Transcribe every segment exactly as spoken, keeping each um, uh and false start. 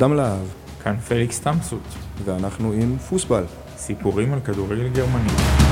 אדם להב. כאן פליקס תמסות. ואנחנו עם פוסבל. סיפורים על כדורגל גרמני.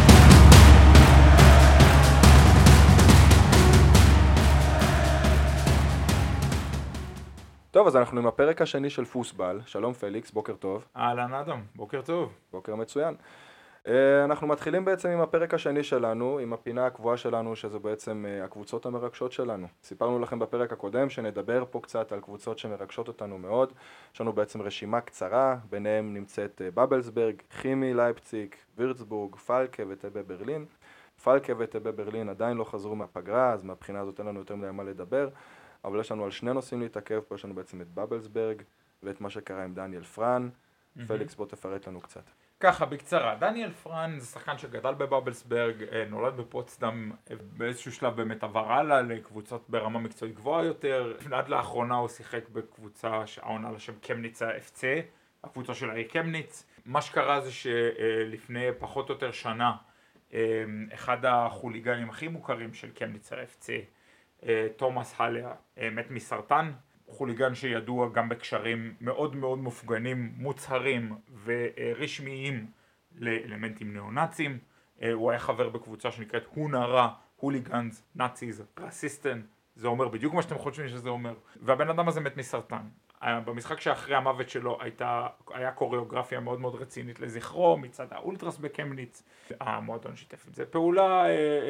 טוב, אז אנחנו עם הפרק השני של פוסבל. שלום פליקס, בוקר טוב. אהלן אדם, בוקר טוב. בוקר מצוין. אנחנו מתחילים בעצם עם הפרק השני שלנו, עם הפינה הקבועה שלנו, שזה בעצם הקבוצות המרגשות שלנו. סיפרנו לכם בפרק הקודם שנדבר פה קצת על קבוצות שמרגשות אותנו מאוד. יש לנו בעצם רשימה קצרה, ביניהם נמצאת בבלסברג, כימי, לייפציג, וירצבורג, פלקה וטבה ברלין. פלקה וטבה ברלין עדיין לא חזרו מהפגרה, אז מהבחינה הזאת אין לנו יותר מדי מה לדבר. אבל יש לנו על שני נושאים להתעכב, פה יש לנו בעצם את בבלסברג ואת מה שקרה עם דניאל פרן. Mm-hmm. פליקס, בוא תפרט לנו קצת. ככה, בקצרה, דניאל פרן זה שחקן שגדל בבבלסברג, נולד בפוצדם, באיזשהו שלב באמת עבר הלאה לקבוצות ברמה מקצועית גבוהה יותר. עד לאחרונה הוא שיחק בקבוצה שעונה לשם קמניצה אף סי, הקבוצה של האי קמניץ. מה שקרה זה שלפני פחות או יותר שנה, אחד החוליגנים הכי מוכרים של קמניצה אף סי, תומאס הליה, מת מסרטן. חוליגן שידוע גם בקשרים מאוד מאוד מופגנים, מוצהרים ורשמיים לאלמנטים ניאו-נאצים. הוא היה חבר בקבוצה שנקראת הונרה, הוליגנס, נאציז, רסיסטן. זה אומר בדיוק מה שאתם חושבים שזה אומר. והבן אדם הזה מת מסרטן. במשחק שאחרי המוות שלו הייתה, היה קוריאוגרפיה מאוד מאוד רצינית לזכרו מצד האולטרס בקמניץ. המועדון שיתף עם זה פעולה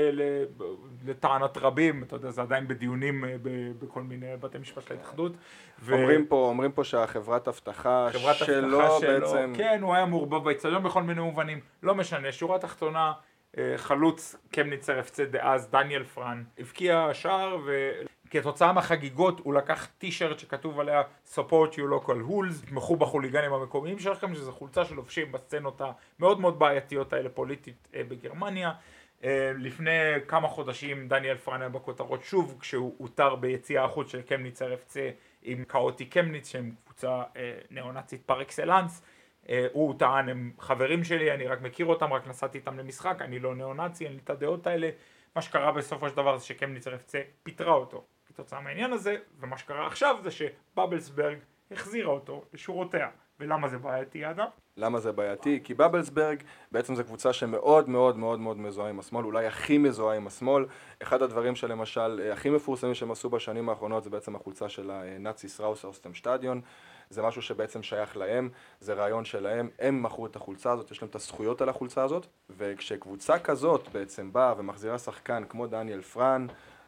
לטענת רבים, אתה יודע, זה עדיין בדיונים בכל מיני בתי משפט של ההתאחדות. אומרים פה, אומרים פה שהחברת הבטחה שלו בעצם... כן, הוא היה מעורבב באצטדיון בכל מיני מובנים, לא משנה, שורה תחתונה, חלוץ קמניץ אף סי דאז, דניאל פרן, הבקיע שער וכתוצאה מהחגיגות הוא לקח טישרט שכתוב עליה support you local hools, תמכו בחוליגנים המקומיים שלכם, שזו חולצה שלובשים בסצנות המאוד מאוד בעייתיות האלה פוליטית בגרמניה. לפני כמה חודשים דניאל פרן היה בכותרות שוב כשהוא הותר ביציאה החוץ של קמניץ אף סי עם כאוטי קמניץ שהם קבוצה ניאו-נאצית פר אקסלנס. הוא טען, הם חברים שלי, אני רק מכיר אותם, רק נסעתי איתם למשחק, אני לא ניאו-נאצי, אין לי את הדעות האלה. מה שקרה בסופו של דבר זה שקמניץ אף סי פיטרה אותו כתוצאה מהעניין הזה, ומה שקרה עכשיו זה שבבלסברג החזירה אותו לשורותיה. ולמה זה בעייתי, אדם? למה זה בעייתי? כי בבלסברג בעצם זו קבוצה שמאוד מאוד מאוד מאוד מזוהה עם השמאל, אולי הכי מזוהה עם השמאל. אחד הדברים שלמשל הכי מפורסמים שהם עשו בשנים האחרונות זה בעצם החולצה של הנאצי סראוס אוסטם שטדיון. זה משהו שבעצם שייך להם, זה רעיון שלהם, הם מכרו את החולצה הזאת, יש להם את הזכויות על החולצה הזאת, וכשקבוצה כזאת בעצם באה ומחזירה שחקן כמו דניאל פרן,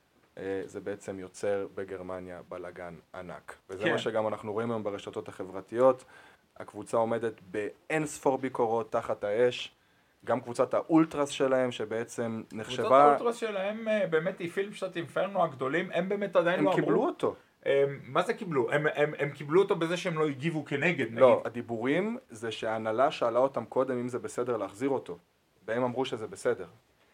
זה בעצם יוצר בגרמניה בלגן ענק. וזה כן. מה שגם אנחנו רואים היום ברשתות החברתיות, הקבוצה עומדת באין ספור ביקורות תחת האש, גם קבוצת האולטרס שלהם שבעצם נחשבה... קבוצת האולטרס שלהם באמת היא פילם שטת אינפרנו הגדולים, הם באמת עדיין הם לא קיבלו אמרו... אותו. מה זה קיבלו? הם, הם, הם קיבלו אותו בזה שהם לא הגיבו כנגד, נגיד. לא, הדיבורים זה שההנהלה שאלה אותם קודם אם זה בסדר להחזיר אותו, והם אמרו שזה בסדר.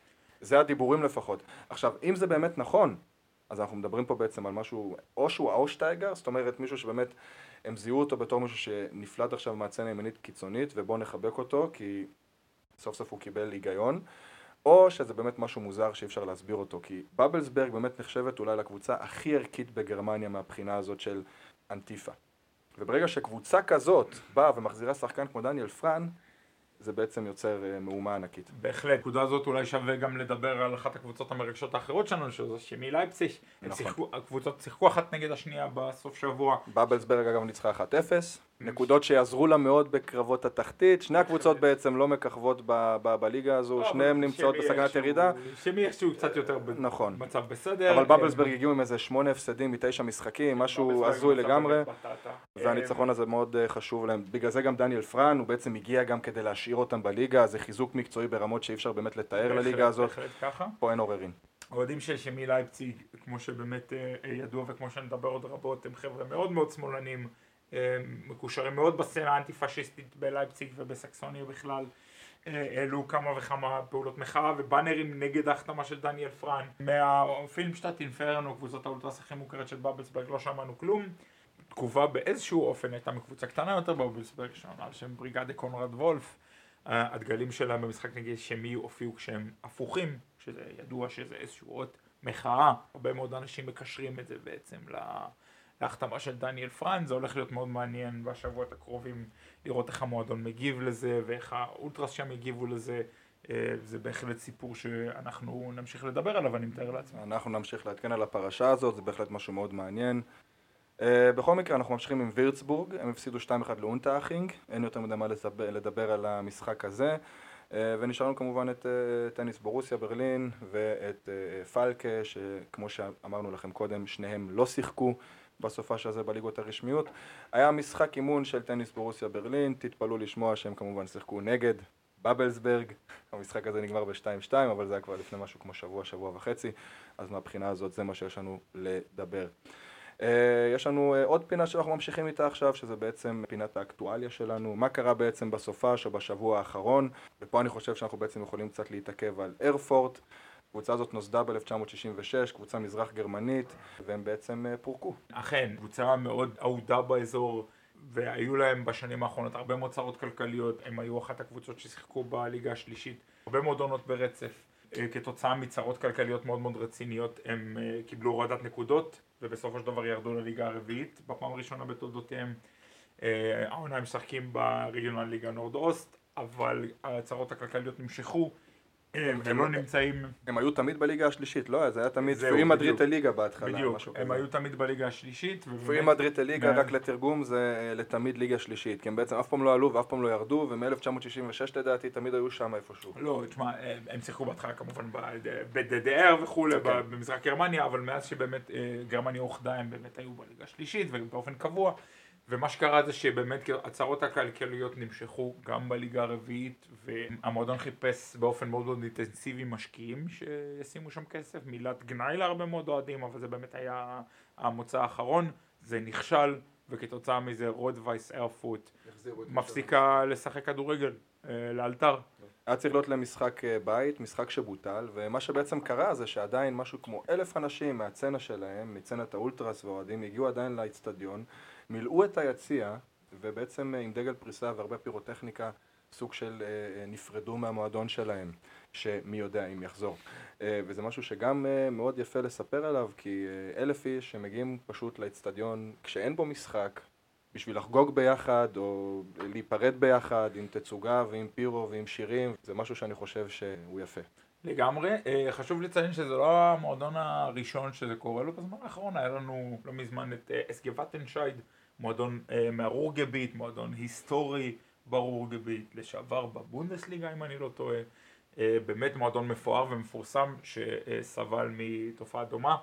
זה הדיבורים לפחות. עכשיו, אם זה באמת נכון, אז אנחנו מדברים פה בעצם על משהו, או שהוא האושטייגר, זאת אומרת מישהו שבאמת הם זיהו אותו בתור מישהו שנפלט עכשיו מהצנה ימנית קיצונית, ובוא נחבק אותו, כי סוף סוף הוא קיבל היגיון, או שזה באמת משהו מוזר שאי אפשר להסביר אותו, כי בבלסברג באמת נחשבת אולי לקבוצה הכי ערכית בגרמניה מהבחינה הזאת של אנטיפה. וברגע שקבוצה כזאת באה ומחזירה שחקן כמו דניאל פרן, זה בעצם יוצר מהומה ענקית. בהחלט. נקודה הזאת אולי שווה גם לדבר על אחת הקבוצות המרגשות האחרות שלנו, שזו שמי לייפציג. נכון. הקבוצות שיחקו אחת נגד השנייה בסוף שבוע. בבלסברג אגב ניצחה אחת אפס. נקודות שיעזרו לה מאוד בקרבות התחתית. שני הקבוצות בעצם לא מככבות בליגה הזו, שניהם נמצאות בסכנת ירידה. שמי איכשהו קצת יותר במצב בסדר. אבל בבלסברג הגיעו עם איזה שמונה הפסדים מתשע משחקים, משהו הזוי לגמרי. והניצחון הזה מאוד חשוב להם. בגלל זה גם דניאל פרן, הוא בעצם הגיע גם כדי להשאיר אותם בליגה, זה חיזוק מקצועי ברמות שאי אפשר באמת לתאר לליגה הזאת. פה אין עוררין. האוהדים של שמי לייפציג, כמו שבאמת ידוע וכמו שנדבר עוד רבות, הם חבר'ה מאוד מאוד שמאלנים, מקושרים מאוד בסצנה האנטי-פשיסטית בלייפציג ובסקסוניה בכלל. העלו כמה וכמה פעולות מחאה ובאנרים נגד ההחתמה של דניאל פרן. מהפילם שטת אינפרנו, קבוצת האולטרס הכי מוכרת של בבלסברג, לא שמענו כלום. תגובה באיזשהו אופן הייתה מקבוצה קטנה יותר בבלסברג, שעונה על שם בריגדה קונרד וולף. הדגלים שלהם במשחק נגד שמי הופיעו כשהם הפוכים, שזה ידוע שזה איזשהו אות מחאה. הרבה מאוד אנשים מקשרים את זה בעצם להחתמה של דניאל פרנז. זה הולך להיות מאוד מעניין בשבועות הקרובים לראות איך המועדון מגיב לזה ואיך האולטרס שם יגיבו לזה. זה בהחלט סיפור שאנחנו נמשיך לדבר עליו, אני מתאר לעצמי. אנחנו נמשיך להתקן על הפרשה הזאת, זה בהחלט משהו מאוד מעניין. Uh, בכל מקרה אנחנו ממשיכים עם וירצבורג, הם הפסידו שתיים אחת לאונטאכינג, אין יותר מדי מה לדבר, לדבר על המשחק הזה, uh, ונשארנו כמובן את uh, טניס בורוסיה ברלין ואת uh, פלקה, שכמו שאמרנו לכם קודם, שניהם לא שיחקו בסופה של זה בליגות הרשמיות. היה משחק אימון של טניס בורוסיה ברלין, תתפלאו לשמוע שהם כמובן שיחקו נגד בבלסברג, המשחק הזה נגמר ב-שתיים שתיים, אבל זה היה כבר לפני משהו כמו שבוע, שבוע וחצי, אז מהבחינה הזאת זה מה שיש לנו לדבר. Uh, יש לנו uh, עוד פינה שאנחנו ממשיכים איתה עכשיו, שזה בעצם פינת האקטואליה שלנו, מה קרה בעצם בסופה שבשבוע האחרון, ופה אני חושב שאנחנו בעצם יכולים קצת להתעכב על איירפורט. הקבוצה הזאת נוסדה ב-אלף תשע מאות שישים ושש, קבוצה מזרח גרמנית, והם בעצם uh, פורקו. אכן, קבוצה מאוד אהודה באזור, והיו להם בשנים האחרונות הרבה מאוד צרות כלכליות, הם היו אחת הקבוצות ששיחקו בליגה השלישית, הרבה מאוד עונות ברצף, כתוצאה מצרות כלכליות מאוד מאוד רציניות, הם קיבלו הורדת נקודות, ובסופו של דבר ירדו לליגה הרביעית, בפעם הראשונה בתולדותיהם. העונה הם משחקים בריגיונל ליגה נורד-אוסט, אבל הצרות הכלכליות נמשכו, הם לא נמצאים... הם היו תמיד בליגה השלישית, לא? זה היה תמיד פרי מדריד הליגה בהתחלה. בדיוק, הם היו תמיד בליגה השלישית. פרי מדריד הליגה, רק לתרגום, זה לתמיד ליגה שלישית, כי הם בעצם אף פעם לא עלו ואף פעם לא ירדו, ומ-אלף תשע מאות שישים ושש לדעתי תמיד היו שם איפשהו. לא, תשמע, הם שיחקו בהתחלה כמובן ב-די די אר וכו', במזרח גרמניה, אבל מאז שבאמת גרמניה אוחדה הם באמת היו בליגה השלישית ובאופן קבוע. ומה שקרה זה שבאמת הצרות הכלכליות נמשכו גם בליגה הרביעית, והמועדון חיפש באופן מאוד מאוד אינטנסיבי משקיעים שישימו שם כסף, מילת גנאי להרבה מאוד אוהדים, אבל זה באמת היה המוצא האחרון, זה נכשל, וכתוצאה מזה רודווייס איירפורט מפסיקה לשחק כדורגל לאלתר. היה צריך להיות למשחק בית, משחק שבוטל, ומה שבעצם קרה זה שעדיין משהו כמו אלף אנשים מהצנה שלהם, מצנת האולטרס ואוהדים, הגיעו עדיין לאצטדיון, מילאו את היציע, ובעצם עם דגל פריסה והרבה פירוטכניקה, סוג של אה, נפרדו מהמועדון שלהם, שמי יודע אם יחזור. אה, וזה משהו שגם אה, מאוד יפה לספר עליו, כי אה, אלף איש שמגיעים פשוט לאצטדיון כשאין בו משחק, בשביל לחגוג ביחד או להיפרד ביחד עם תצוגה ועם פירו ועם שירים, זה משהו שאני חושב שהוא יפה. לגמרי, חשוב לציין שזה לא המועדון הראשון שזה קורה לו בזמן האחרון, היה לנו לא מזמן את אסגי וטנשייד, מועדון מהרוגביט, מועדון היסטורי ברוגביט, לשעבר בבונדסליגה אם אני לא טועה, באמת מועדון מפואר ומפורסם שסבל מתופעה דומה,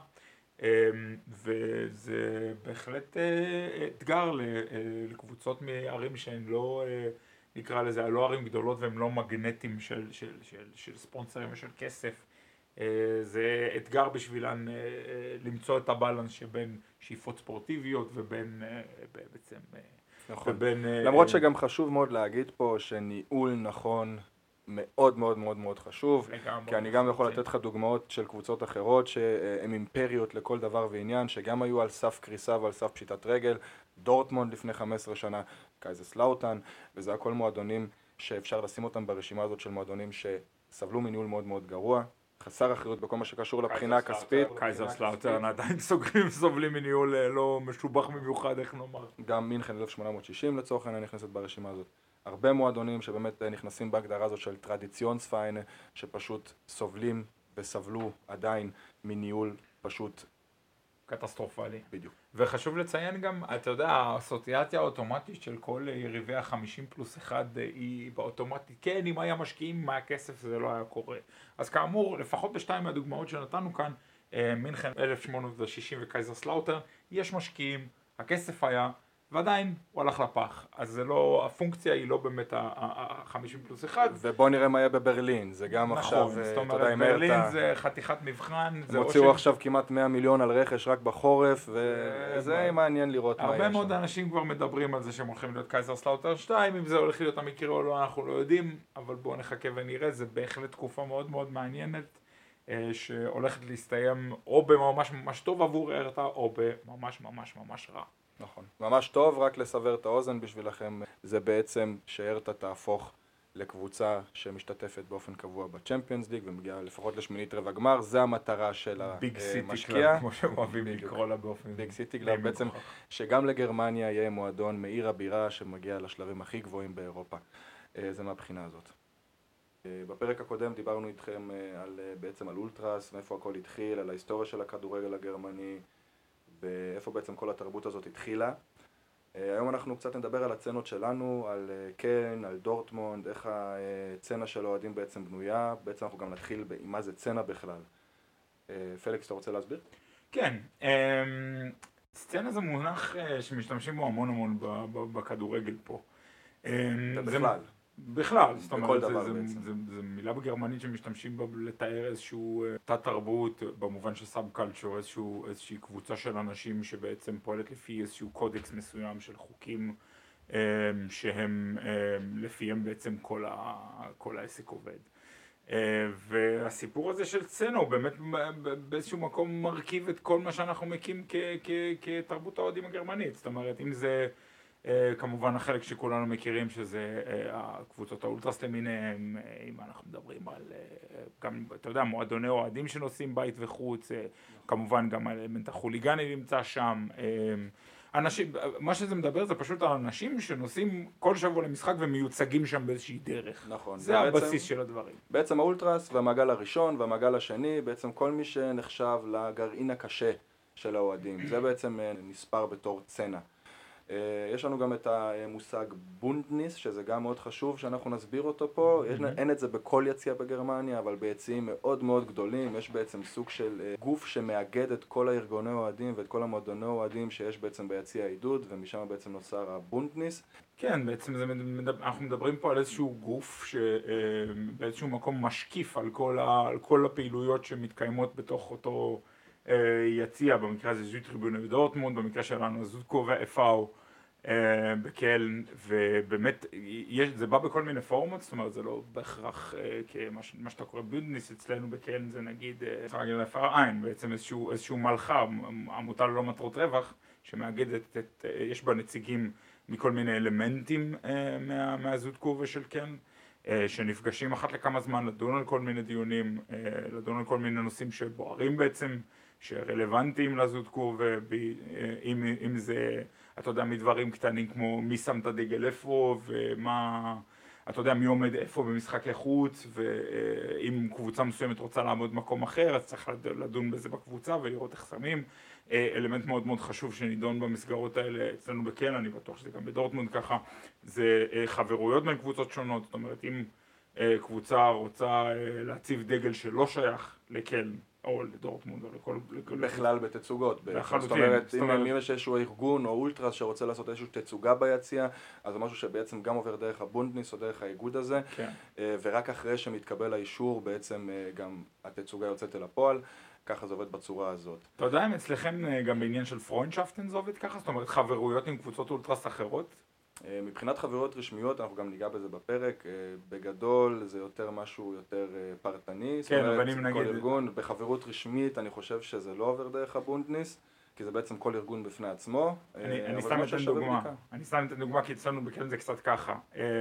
וזה בהחלט אתגר לקבוצות מערים שהן לא... נקרא לזה, לא ערים גדולות והם לא מגנטים של, של, של, של ספונסרים ושל כסף. זה אתגר בשבילן למצוא את הבלנס שבין שאיפות ספורטיביות ובין בעצם... נכון. ובין, למרות שגם חשוב מאוד להגיד פה שניהול נכון מאוד מאוד מאוד מאוד חשוב, כי אני גם יכול לתת לך דוגמאות של קבוצות אחרות שהן אימפריות לכל דבר ועניין, שגם היו על סף קריסה ועל סף פשיטת רגל, דורטמונד לפני חמש עשרה שנה, קייזרסלאוטן, וזה הכל מועדונים שאפשר לשים אותם ברשימה הזאת של מועדונים שסבלו מניהול מאוד מאוד גרוע, חסר אחריות בכל מה שקשור לבחינה הכספית. קייזרסלאוטן עדיין סוגרים, סובלים מניהול לא משובח במיוחד, איך נאמר. גם מינכן אלף שמונה מאות שישים לצורך העניין נכנסת ברשימה הזאת. הרבה מועדונים שבאמת נכנסים בהגדרה הזאת של טרדיציונספיינה, שפשוט סובלים וסבלו עדיין מניהול פשוט קטסטרופלי. בדיוק. וחשוב לציין גם, אתה יודע, האסוציאציה האוטומטית של כל יריבי ה-חמישים פלוס אחד היא באוטומטית, כן, אם היה משקיעים, אם היה כסף, זה לא היה קורה. אז כאמור, לפחות בשתיים מהדוגמאות שנתנו כאן, מינכן אלף שמונה מאות שישים וקייזרסלאוטן, יש משקיעים, הכסף היה, ועדיין הוא הלך לפח. אז זה לא, הפונקציה היא לא באמת ה-חמישים פלוס אחד. ובוא נראה מה יהיה בברלין, זה גם עכשיו, זאת אומרת, ברלין זה חתיכת מבחן. הם הוציאו עכשיו כמעט מאה מיליון על רכש רק בחורף, וזה מעניין לראות מה יהיה שם. הרבה מאוד אנשים כבר מדברים על זה שהם הולכים להיות קייזרסלאוטן שתיים, אם זה הולך להיות המקרה או לא, אנחנו לא יודעים, אבל בואו נחכה ונראה, זה בהחלט תקופה מאוד מאוד מעניינת, שהולכת להסתיים או בממש ממש טוב עבור הרטה, או בממש ממש ממש רע. נכון. ממש טוב, רק לסבר את האוזן בשבילכם, זה בעצם שהרטה תהפוך לקבוצה שמשתתפת באופן קבוע בצ'מפיונס ליג ומגיעה לפחות לשמינית רבע גמר, זה המטרה של ביג סיטי המשקיע. קלאב, כמו שהם אוהבים לקרוא לה באופן... ביג סיטי קלאב, בעצם שגם לגרמניה יהיה מועדון מעיר הבירה שמגיע לשלבים הכי גבוהים באירופה. זה מהבחינה הזאת. בפרק הקודם דיברנו איתכם על, בעצם על אולטרס, מאיפה הכל התחיל, על ההיסטוריה של הכדורגל הגרמני, ואיפה בעצם כל התרבות הזאת התחילה. היום אנחנו קצת נדבר על הצנות שלנו, על קלן, על דורטמונד, איך הצנה של האוהדים בעצם בנויה. בעצם אנחנו גם נתחיל עם מה זה צנה בכלל. פליקס, אתה רוצה להסביר? כן, סצנה זה מונח שמשתמשים בו המון המון בכדורגל פה. בכלל. בכלל, זאת אומרת, זו מילה בגרמנית שמשתמשים בה לתאר איזשהו תת תרבות, במובן של סאב קלצ'ר, איזושהי קבוצה של אנשים שבעצם פועלת לפי איזשהו קודקס מסוים של חוקים שהם לפיהם בעצם כל העסק עובד. והסיפור הזה של סצנה הוא באמת באיזשהו מקום מרכיב את כל מה שאנחנו מקים כתרבות האוהדים הגרמנית. זאת אומרת, אם זה כמובן החלק שכולנו מכירים שזה הקבוצות האולטרס למיניהם, אם אנחנו מדברים על גם, אתה יודע, מועדוני אוהדים שנוסעים בית וחוץ, כמובן גם האלמנט החוליגני נמצא שם. אנשים, מה שזה מדבר זה פשוט על אנשים שנוסעים כל שבוע למשחק ומיוצגים שם באיזושהי דרך. נכון. זה הבסיס של הדברים. בעצם האולטרס והמעגל הראשון והמעגל השני, בעצם כל מי שנחשב לגרעין הקשה של האוהדים, זה בעצם נספר בתור צנה. יש לנו גם את המושג בונדניס, שזה גם מאוד חשוב שאנחנו נסביר אותו פה. יש, אין את זה בכל יציאה בגרמניה, אבל ביציאים מאוד מאוד גדולים יש בעצם סוג של גוף שמאגד את כל הארגוני אוהדים ואת כל המועדוני אוהדים שיש בעצם ביציע העידוד, ומשם בעצם נוצר הבונדניס. כן, בעצם זה, אנחנו מדברים פה על איזשהו גוף שבאיזשהו מקום משקיף על כל, ה, על כל הפעילויות שמתקיימות בתוך אותו יציע, במקרה הזה זו טריבונה בדורטמונד, במקרה שלנו זודקו ואפאו בקלן, ובאמת יש, זה בא בכל מיני פורמות, זאת אומרת זה לא בהכרח כמה שאתה קורא בונדניס, אצלנו בקלן זה נגיד רגל אפר עין, בעצם איזשהו, איזשהו מלכה, עמותה ללא מטרות רווח, שמאגדת את, יש בה נציגים מכל מיני אלמנטים מה, מהזודקו ושל קלן, שנפגשים אחת לכמה זמן לדון על כל מיני דיונים, לדון על כל מיני נושאים שבוערים בעצם, שרלוונטיים לזודקו, ואם זה, אתה יודע, מדברים קטנים כמו מי שם את הדגל איפה, ומה, אתה יודע, מי עומד איפה במשחקי חוץ, ואם קבוצה מסוימת רוצה לעמוד מקום אחר, אז צריך לדון בזה בקבוצה ולראות איך שמים. אלמנט מאוד מאוד חשוב שנידון במסגרות האלה אצלנו בקלן, אני בטוח שזה גם בדורטמונד ככה, זה חברויות בין קבוצות שונות. זאת אומרת, אם קבוצה רוצה להציב דגל שלא שייך לקלן, או לדורטמונד, או לכל... בכלל בתצוגות. לחלוטין. זאת אומרת, אם יש איזשהו ארגון או אולטרס שרוצה לעשות איזושהי תצוגה ביציע, אז זה משהו שבעצם גם עובר דרך הבונדניס או דרך האיגוד הזה, כן. ורק אחרי שמתקבל האישור בעצם גם התצוגה יוצאת אל הפועל, ככה זה עובד בצורה הזאת. אתה יודע אם אצלכם גם בעניין של פרוינדשפטן זה עובד ככה? זאת אומרת, חברויות עם קבוצות אולטרס אחרות? מבחינת חברות רשמיות, אנחנו גם ניגע בזה בפרק, בגדול זה יותר משהו יותר פרטני, כן, אבל אם כל נגיד... ארגון, בחברות רשמית אני חושב שזה לא עובר דרך הבונדניס, כי זה בעצם כל ארגון בפני עצמו. אני, אני סתם אתן דוגמה, אני סתם אתן דוגמה כי אצלנו בקלן זה קצת ככה.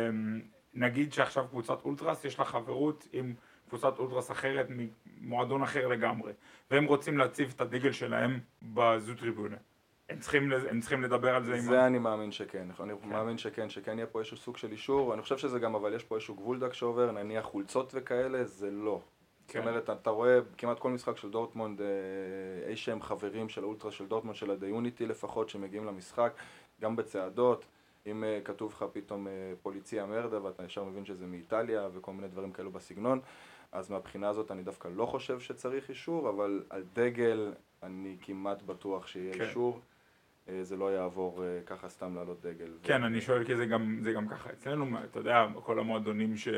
נגיד שעכשיו קבוצת אולטרס יש לה חברות עם קבוצת אולטרס אחרת ממועדון אחר לגמרי, והם רוצים להציב את הדגל שלהם בזו טריבונה. הם צריכים, הם צריכים לדבר על זה. זה עם... אני מאמין שכן, אני כן. מאמין שכן, שכן יהיה פה איזשהו סוג של אישור, אני חושב שזה גם, אבל יש פה איזשהו גבול דק שעובר, נניח חולצות וכאלה, זה לא. כן. זאת אומרת, אתה רואה כמעט כל משחק של דורטמונד, אי שהם חברים של אולטרס של דורטמונד, של הדיוניטי לפחות, שמגיעים למשחק, גם בצעדות, אם כתוב לך פתאום פוליציה מרדה, ואתה ישר מבין שזה מאיטליה, וכל מיני דברים כאלו בסגנון, אז מהבחינה הזאת אני דווקא לא חושב שצריך אישור, אבל על דגל אני כמעט בטוח שיהיה כן. אישור. זה לא יעבור ככה סתם לעלות דגל. כן, ו... אני שואל כי זה גם, זה גם ככה אצלנו, אתה יודע, כל המועדונים, ש...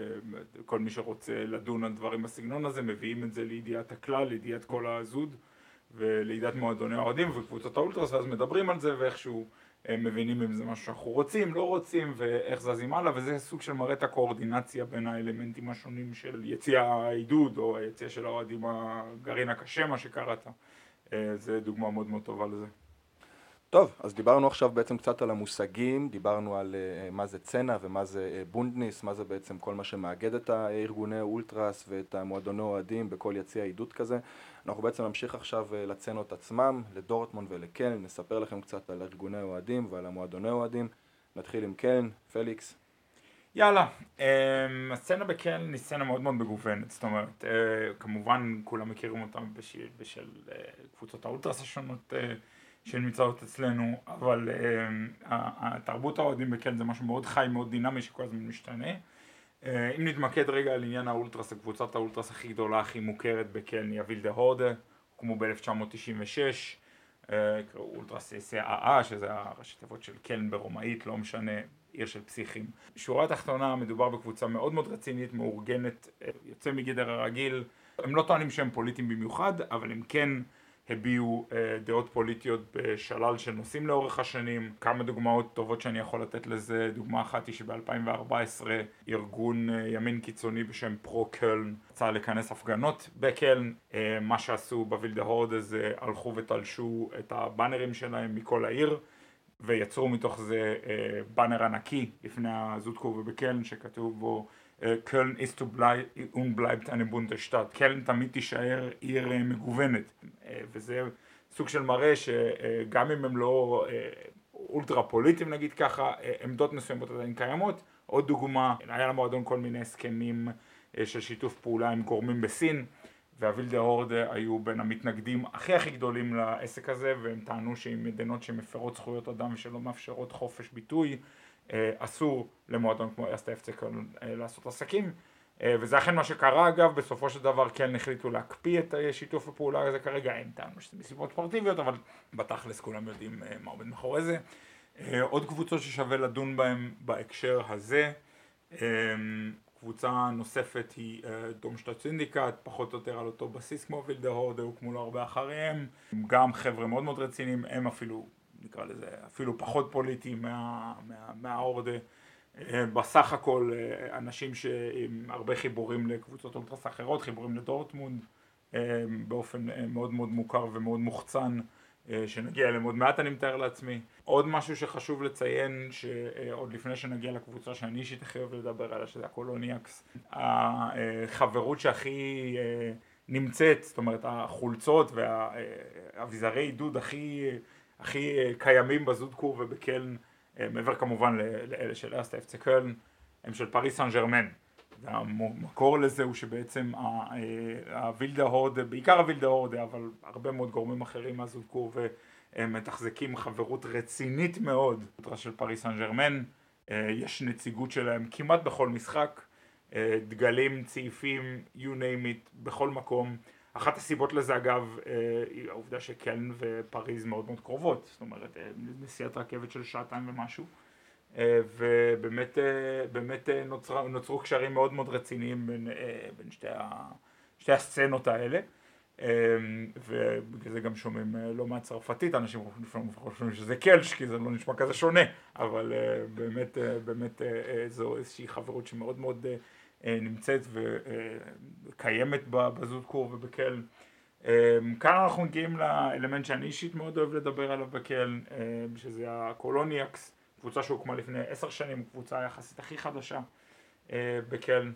כל מי שרוצה לדון על דברים בסגנון הזה, מביאים את זה לידיעת הכלל, לידיעת כל הזוד, ולידיעת מועדוני האוהדים וקבוצות האולטרס, ואז מדברים על זה, ואיכשהו מבינים אם זה משהו שאנחנו רוצים, לא רוצים, ואיך זזים הלאה, וזה סוג של מראה את הקואורדינציה בין האלמנטים השונים של יציע העידוד, או היציע של האוהדים הגרעין הקשה, מה שקראת. זה דוגמה מאוד מאוד טובה לזה. טוב, אז דיברנו עכשיו בעצם קצת על המושגים, דיברנו על uh, מה זה צנע ומה זה uh, בונדניס, מה זה בעצם כל מה שמאגד את הארגוני אולטרס ואת המועדוני אוהדים בכל יציע עידוד כזה. אנחנו בעצם נמשיך עכשיו uh, לצנות עצמם, לדורטמונד ולקלן, נספר לכם קצת על ארגוני אוהדים ועל המועדוני אוהדים. נתחיל עם קלן, פליקס. יאללה, הסצנה בקלן היא סצנה מאוד מאוד מגוונת, זאת אומרת, כמובן כולם מכירים אותם בשל, בשל קבוצות האולטרס השונות שנמצאות אצלנו, אבל התרבות האוהדים בקלן זה משהו מאוד חי, מאוד דינמי שכל הזמן משתנה. אם נתמקד רגע על עניין האולטרס, הקבוצת האולטרס הכי גדולה, הכי מוכרת בקלן היא הווילדה הורדה, הוקמו ב-אלף תשע מאות תשעים ושש, אולטרס סי איי איי, שזה הראשי תיבות של קלן ברומאית, לא משנה, עיר של פסיכים. שורה התחתונה, מדובר בקבוצה מאוד מאוד רצינית, מאורגנת, יוצא מגדר הרגיל. הם לא טוענים שהם פוליטיים במיוחד, אבל הם כן הביעו דעות פוליטיות בשלל של נושאים לאורך השנים. כמה דוגמאות טובות שאני יכול לתת לזה, דוגמה אחת היא שב-אלפיים וארבע עשרה ארגון ימין קיצוני בשם פרו קלן רצה לכנס הפגנות בקלן. מה שעשו בווילדה הורדה זה הלכו ותלשו את הבאנרים שלהם מכל העיר, ויצרו מתוך זה באנר ענקי לפני הזוטקו ובקלן שכתוב בו קלן ist und bleibt eine bunte Stadt. קלן תמיד תישאר עיר מגוונת, וזה סוג של מראה שגם אם הם לא אולטרה פוליטיים נגיד ככה, עמדות מסוימות עדיין קיימות. עוד דוגמה, היה למועדון כל מיני הסכמים של שיתוף פעולה עם גורמים בסין, והווילדה הורדה היו בין המתנגדים הכי הכי גדולים לעסק הזה, והם טענו שעם מדינות שמפרות זכויות אדם ושלא מאפשרות חופש ביטוי, אסור למועדון כמו אסטה אף סי קלן לעשות עסקים, וזה אכן מה שקרה. אגב, בסופו של דבר כן החליטו להקפיא את שיתוף הפעולה הזה כרגע, הם טענו שזה מסיבות ספורטיביות, אבל בתכלס כולם יודעים מה עומד מאחורי זה. עוד קבוצות ששווה לדון בהן בהקשר הזה, קבוצה נוספת היא דורמשטאט סינדיקט, פחות או יותר על אותו בסיס כמו וילדה הורדה, הוקמו לו הרבה אחריהם, גם חבר'ה מאוד מאוד רציניים, הם אפילו, נקרא לזה, אפילו פחות פוליטיים מה, מה, מההורדה. בסך הכל אנשים עם הרבה חיבורים לקבוצות אולטרס אחרות, חיבורים לדורטמונד, באופן מאוד מאוד מוכר ומאוד מוחצן, שנגיע אליהם עוד מעט אני מתאר לעצמי. עוד משהו שחשוב לציין, שעוד לפני שנגיע לקבוצה שאני אישית הכי אוהב לדבר עליה, שזה הקולוניאקס, החברות שהכי נמצאת, זאת אומרת החולצות והאביזרי עידוד הכי, הכי קיימים בזודקור ובקלן, מעבר כמובן לאלה של אסטה אף סי קלן, הם של פריס סן ז'רמן. והמקור לזה הוא שבעצם הווילדה הורדה, בעיקר הווילדה הורדה, אבל הרבה מאוד גורמים אחרים מהזודקור, והם מתחזקים חברות רצינית מאוד של פריס סן ז'רמן. יש נציגות שלהם כמעט בכל משחק, דגלים, צעיפים, you name it, בכל מקום. אחת הסיבות לזה אגב היא העובדה שקלן ופריז מאוד מאוד קרובות, זאת אומרת נסיעת רכבת של שעתיים ומשהו. ובאמת באמת נוצרו, נוצרו קשרים מאוד מאוד רציניים בין, בין שתי, ה, שתי הסצנות האלה, ובגלל זה גם שומעים לא מהצרפתית, אנשים חושבים שזה קלש כי זה לא נשמע כזה שונה, אבל באמת, באמת זו איזושהי חברות שמאוד מאוד נמצאת וקיימת בזודקור ובקלן. כאן אנחנו מגיעים לאלמנט שאני אישית מאוד אוהב לדבר עליו בקלן, שזה הקולוניאקס, קבוצה שהוקמה לפני עשר שנים, קבוצה יחסית הכי חדשה בקלן,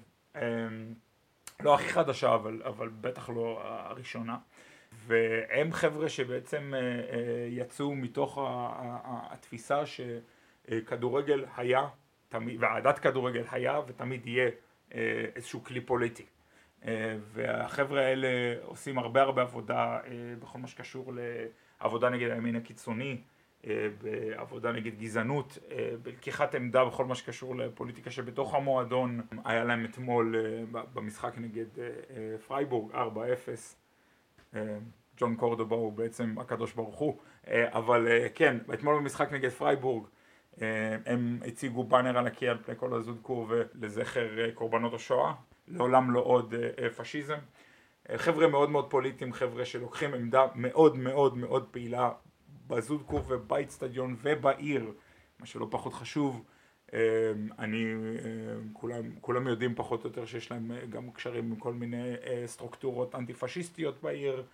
לא הכי חדשה אבל, אבל בטח לא הראשונה, והם חבר'ה שבעצם יצאו מתוך התפיסה שכדורגל היה, ועדת כדורגל היה ותמיד יהיה איזשהו כלי פוליטי, והחבר'ה האלה עושים הרבה הרבה עבודה בכל מה שקשור לעבודה נגד הימין הקיצוני, בעבודה נגד גזענות, בלקיחת עמדה בכל מה שקשור לפוליטיקה שבתוך המועדון. היה להם אתמול במשחק נגד פרייבורג ארבע אפס, ג'ון קורדובה הוא בעצם הקדוש ברוך הוא, אבל כן, אתמול במשחק נגד פרייבורג הם הציגו באנר ענקי על פני כל הזודקור ולזכר קורבנות השואה, לעולם לא עוד פשיזם. חבר'ה מאוד מאוד פוליטיים, חבר'ה שלוקחים עמדה מאוד מאוד מאוד פעילה בזודקור ובאצטדיון ובעיר, מה שלא פחות חשוב. אני, כולם, כולם יודעים פחות או יותר שיש להם גם קשרים עם כל מיני סטרוקטורות אנטי-פשיסטיות בעיר,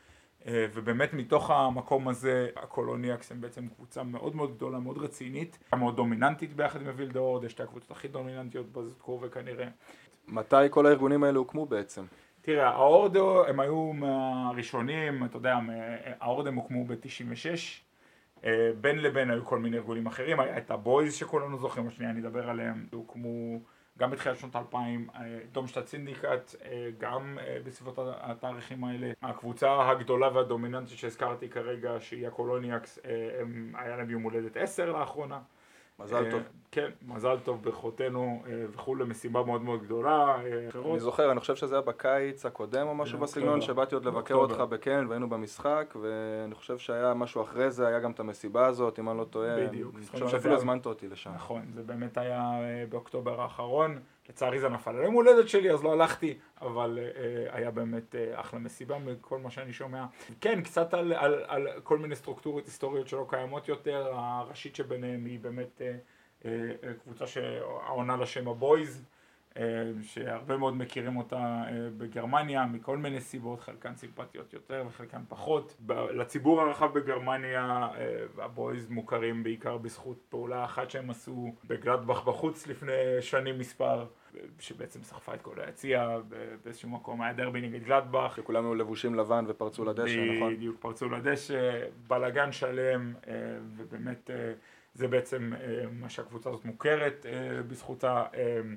ובאמת מתוך המקום הזה הקולוניאקס הם בעצם קבוצה מאוד מאוד גדולה, מאוד רצינית, מאוד דומיננטית ביחד עם הווילדה הורד, שתי הקבוצות הכי דומיננטיות בזאת קורבה כנראה. מתי כל הארגונים האלה הוקמו בעצם? תראה, ההורדו הם היו מהראשונים, אתה יודע, ההורדו הם הוקמו ב-תשעים ושש, בין לבין היו כל מיני ארגונים אחרים, היה את הבויז שכולנו זוכרים, השנייה אני אדבר עליהם, הוקמו גם בתחילת שנות האלפיים, דומשטאט סינדיקט, גם בסביבות התאריכים האלה. הקבוצה הגדולה והדומיננטית שהזכרתי כרגע, שהיא הקולוניאקס, היה להם יום הולדת עשר לאחרונה. מזל טוב. כן, מזל טוב ברכותינו וכו' למסיבה מאוד מאוד גדולה. אני זוכר, אני חושב שזה היה בקיץ הקודם או משהו בסגנון, שבאתי עוד לבקר אותך בקלן והיינו במשחק, ואני חושב שהיה משהו אחרי זה, היה גם את המסיבה הזאת, אם אני לא טועה. בדיוק. אני חושב שאפילו הזמנת אותי לשם. נכון, זה באמת היה באוקטובר האחרון. לצערי זה נפל על יום הולדת שלי, אז לא הלכתי, אבל uh, היה באמת uh, אחלה מסיבה מכל מה שאני שומע. כן, קצת על, על, על כל מיני סטרוקטורות היסטוריות שלא קיימות יותר, הראשית שביניהם היא באמת uh, uh, קבוצה שעונה לשם הבויז, uh, שהרבה מאוד מכירים אותה uh, בגרמניה, מכל מיני סיבות, חלקן סימפטיות יותר וחלקן פחות. ב- לציבור הרחב בגרמניה, uh, הבויז מוכרים בעיקר בזכות פעולה אחת שהם עשו בגלדבך בחוץ לפני שנים מספר, שבעצם סחפה את כל היציאה באיזשהו מקום, היה דרבי נגד גלדבך. שכולם היו לבושים לבן ופרצו לדשא, נכון? בדיוק, פרצו לדשא, בלגן שלם, ובאמת זה בעצם מה שהקבוצה הזאת מוכרת בזכותה.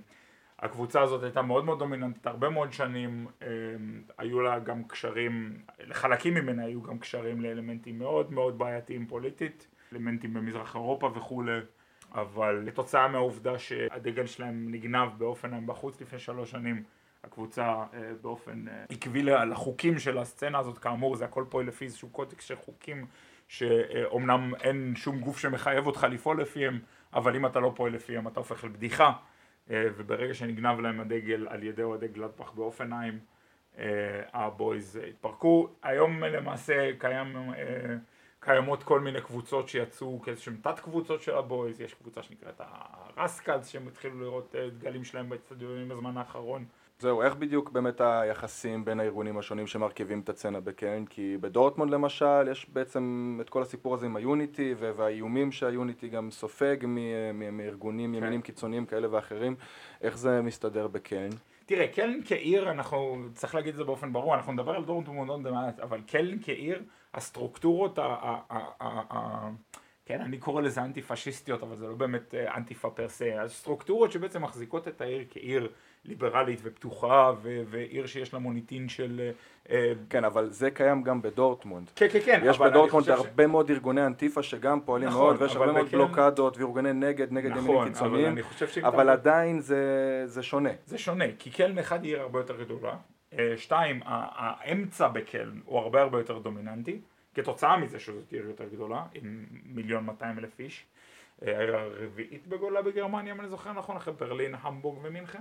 הקבוצה הזאת הייתה מאוד מאוד דומיננטית, הרבה מאוד שנים, היו לה גם קשרים, לחלקים ממנה היו גם קשרים לאלמנטים מאוד מאוד בעייתיים פוליטית, אלמנטים במזרח אירופה וכו'. אבל לתוצאה מהעובדה שהדגל שלהם נגנב באופן בחוץ לפני שלוש שנים, הקבוצה באופן עקבי לחוקים של הסצנה הזאת, כאמור זה הכל פה לפי איזשהו קודקס של חוקים שאומנם אין שום גוף שמחייב אותך לפעול לפיהם, אבל אם אתה לא פועל לפיהם אתה הופך לבדיחה, וברגע שנגנב להם הדגל על ידי אוהדי גלדבך באופנהיים, הבויז התפרקו. היום למעשה קיים קיימות כל מיני קבוצות שיצאו כאיזשהם תת קבוצות של הבויז, יש קבוצה שנקראת הרסקלס שהם התחילו לראות דגלים שלהם באצטדיונים בזמן האחרון. זהו, איך בדיוק באמת היחסים בין הארגונים השונים שמרכיבים את הסצנה בקלן? כי בדורטמונד למשל יש בעצם את כל הסיפור הזה עם היוניטי והאיומים שהיוניטי גם סופג מארגונים ימינים קיצוניים כאלה ואחרים, איך זה מסתדר בקלן? תראה, קלן כעיר, אנחנו צריך להגיד את זה באופן ברור, אנחנו נדבר על דורטמונד מעט, אבל קלן כעיר, הסטרוקטורות, ה, ה, ה, ה, ה, כן, אני קורא לזה אנטי-פשיסטיות, אבל זה לא באמת אנטי-פא פרסה, הסטרוקטורות שבעצם מחזיקות את העיר כעיר ליברלית ופתוחה, ו- ועיר שיש לה מוניטין של... כן, אבל זה קיים גם בדורטמונד. כן, כן, כן. יש בדורטמונד הרבה ש... מאוד ארגוני אנטיפה שגם פועלים נכון, מאוד, ויש הרבה מאוד בקלן... בלוקדות וארגוני נגד, נגד נכון, ימינים קיצוניים, אבל, אבל עדיין זה, זה שונה. זה שונה, כי קלן אחד היא עיר הרבה יותר גדולה, שתיים, האמצע בקלן הוא הרבה הרבה יותר דומיננטי, כתוצאה מזה שזאת עיר יותר גדולה, עם מיליון מאתיים אלף איש, העיר הרביעית בגודלה בגרמניה, אם אני זוכר נכון, אחרי ברלין, המבורג ומינכן.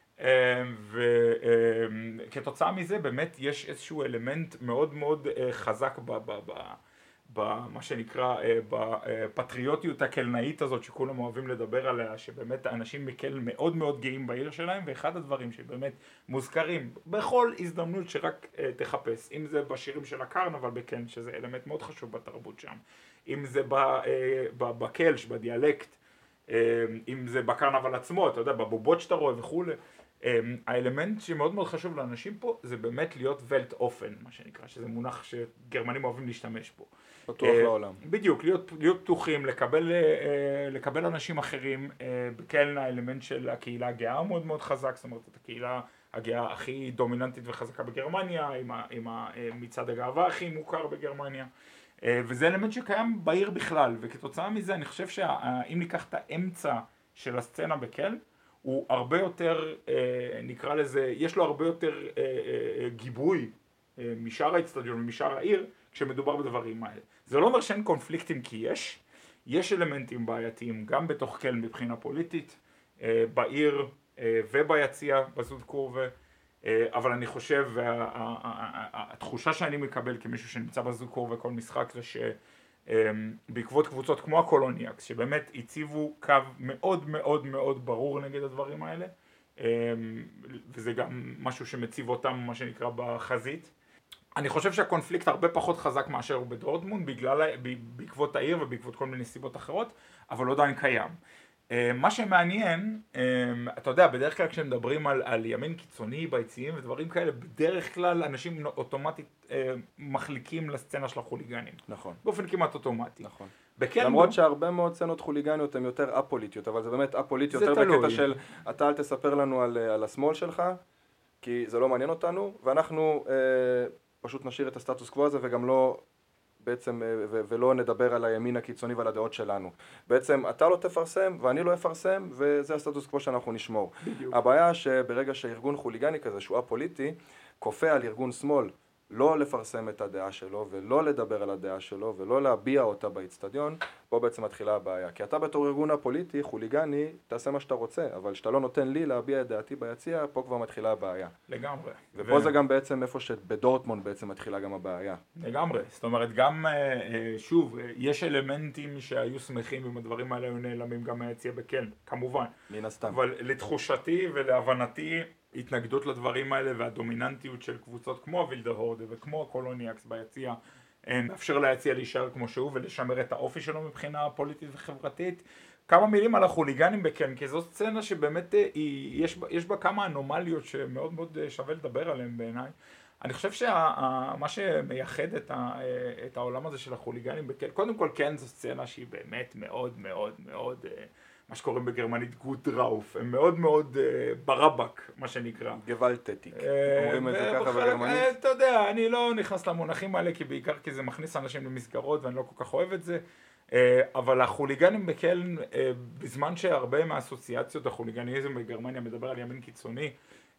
וכתוצאה מזה באמת יש איזשהו אלמנט מאוד מאוד חזק במה שנקרא בפטריוטיות הקלנאית הזאת שכולם אוהבים לדבר עליה, שבאמת האנשים מקל מאוד מאוד גאים בעיר שלהם, ואחד הדברים שבאמת מוזכרים בכל הזדמנות שרק תחפש, אם זה בשירים של הקרנבל בקלן, שזה אלמנט מאוד חשוב בתרבות שם, אם זה בקלש, בדיאלקט, אם זה בקרנבל עצמו, אתה יודע, בבובות שאתה רואה וכו'. האלמנט שמאוד מאוד חשוב לאנשים פה זה באמת להיות ולט אופן, מה שנקרא, שזה מונח שגרמנים אוהבים להשתמש בו. פתוח לעולם. בדיוק, להיות, להיות פתוחים, לקבל, לקבל אנשים אחרים. בקלן האלמנט של הקהילה הגאה מאוד מאוד חזק, זאת אומרת, את הקהילה הגאה הכי דומיננטית וחזקה בגרמניה, עם, ה, עם מצעד הגאווה הכי מוכר בגרמניה. וזה אלמנט שקיים בעיר בכלל, וכתוצאה מזה אני חושב שאם ניקח את האמצע של הסצנה בקלן, הוא הרבה יותר, נקרא לזה, יש לו הרבה יותר גיבוי משאר האצטדיון ומשאר העיר, כשמדובר בדברים האלה. זה לא אומר שאין קונפליקטים, כי יש, יש אלמנטים בעייתיים גם בתוך קלן מבחינה פוליטית, בעיר וביציע בזוד קורבה, אבל אני חושב, והתחושה שאני מקבל כמישהו שנמצא בזוד קורבה כל משחק זה ש... בעקבות קבוצות כמו הקולוניאקס, שבאמת הציבו קו מאוד מאוד מאוד ברור נגד הדברים האלה, וזה גם משהו שמציב אותם, מה שנקרא, בחזית. אני חושב שהקונפליקט הרבה פחות חזק מאשר הוא בדורטמונד, בגלל, בעקבות העיר ובעקבות כל מיני סיבות אחרות, אבל הוא עדיין קיים. מה שמעניין, אתה יודע, בדרך כלל כשמדברים על, על ימין קיצוני ביציעים ודברים כאלה, בדרך כלל אנשים אוטומטית מחליקים לסצנה של החוליגנים. נכון. באופן כמעט אוטומטי. נכון. בקל למרות ב... שהרבה מאוד סצנות חוליגניות הן יותר א-פוליטיות, אבל זה באמת א-פוליטי יותר תלוי. בקטע של אתה אל תספר לנו על, על השמאל שלך, כי זה לא מעניין אותנו, ואנחנו אה, פשוט נשאיר את הסטטוס קוו הזה וגם לא... בעצם, ו- ולא נדבר על הימין הקיצוני ועל הדעות שלנו. בעצם, אתה לא תפרסם ואני לא אפרסם, וזה הסטטוס קוו שאנחנו נשמור. בדיוק. הבעיה שברגע שארגון חוליגני כזה, שהוא א-פוליטי, כופה על ארגון שמאל לא לפרסם את הדעה שלו, ולא לדבר על הדעה שלו, ולא להביע אותה באצטדיון, פה בעצם מתחילה הבעיה. כי אתה בתור ארגון א-פוליטי, חוליגני, תעשה מה שאתה רוצה, אבל שאתה לא נותן לי להביע את דעתי ביציע, פה כבר מתחילה הבעיה. לגמרי. ופה ו... זה גם בעצם איפה שבדורטמונד בעצם מתחילה גם הבעיה. לגמרי. זאת אומרת, גם, שוב, יש אלמנטים שהיו שמחים אם הדברים האלה היו נעלמים גם מהיציע בקלן, כמובן. מן הסתם. אבל לתחושתי ולהבנתי, התנגדות לדברים האלה והדומיננטיות של קבוצות כמו הווילדהורדה וכמו הקולוניאקס ביציע מאפשר ליציע להישאר כמו שהוא ולשמר את האופי שלו מבחינה פוליטית וחברתית. כמה מילים על החוליגנים בקלן, כי זו סצנה שבאמת היא, יש, בה, יש בה כמה אנומליות שמאוד מאוד שווה לדבר עליהן בעיניי. אני חושב שמה שמייחד את, ה, את העולם הזה של החוליגנים בקלן, קודם כל כן זו סצנה שהיא באמת מאוד מאוד מאוד מה שקוראים בגרמנית גוט דראוף, הם מאוד מאוד ברבק, מה שנקרא. גוואלטטיק, אומרים את זה ככה בגרמנית? אתה יודע, אני לא נכנס למונחים האלה, כי בעיקר כי זה מכניס אנשים למסגרות, ואני לא כל כך אוהב את זה, אבל החוליגנים בקלן, בזמן שהרבה מהאסוציאציות, החוליגניזם בגרמניה מדבר על ימין קיצוני,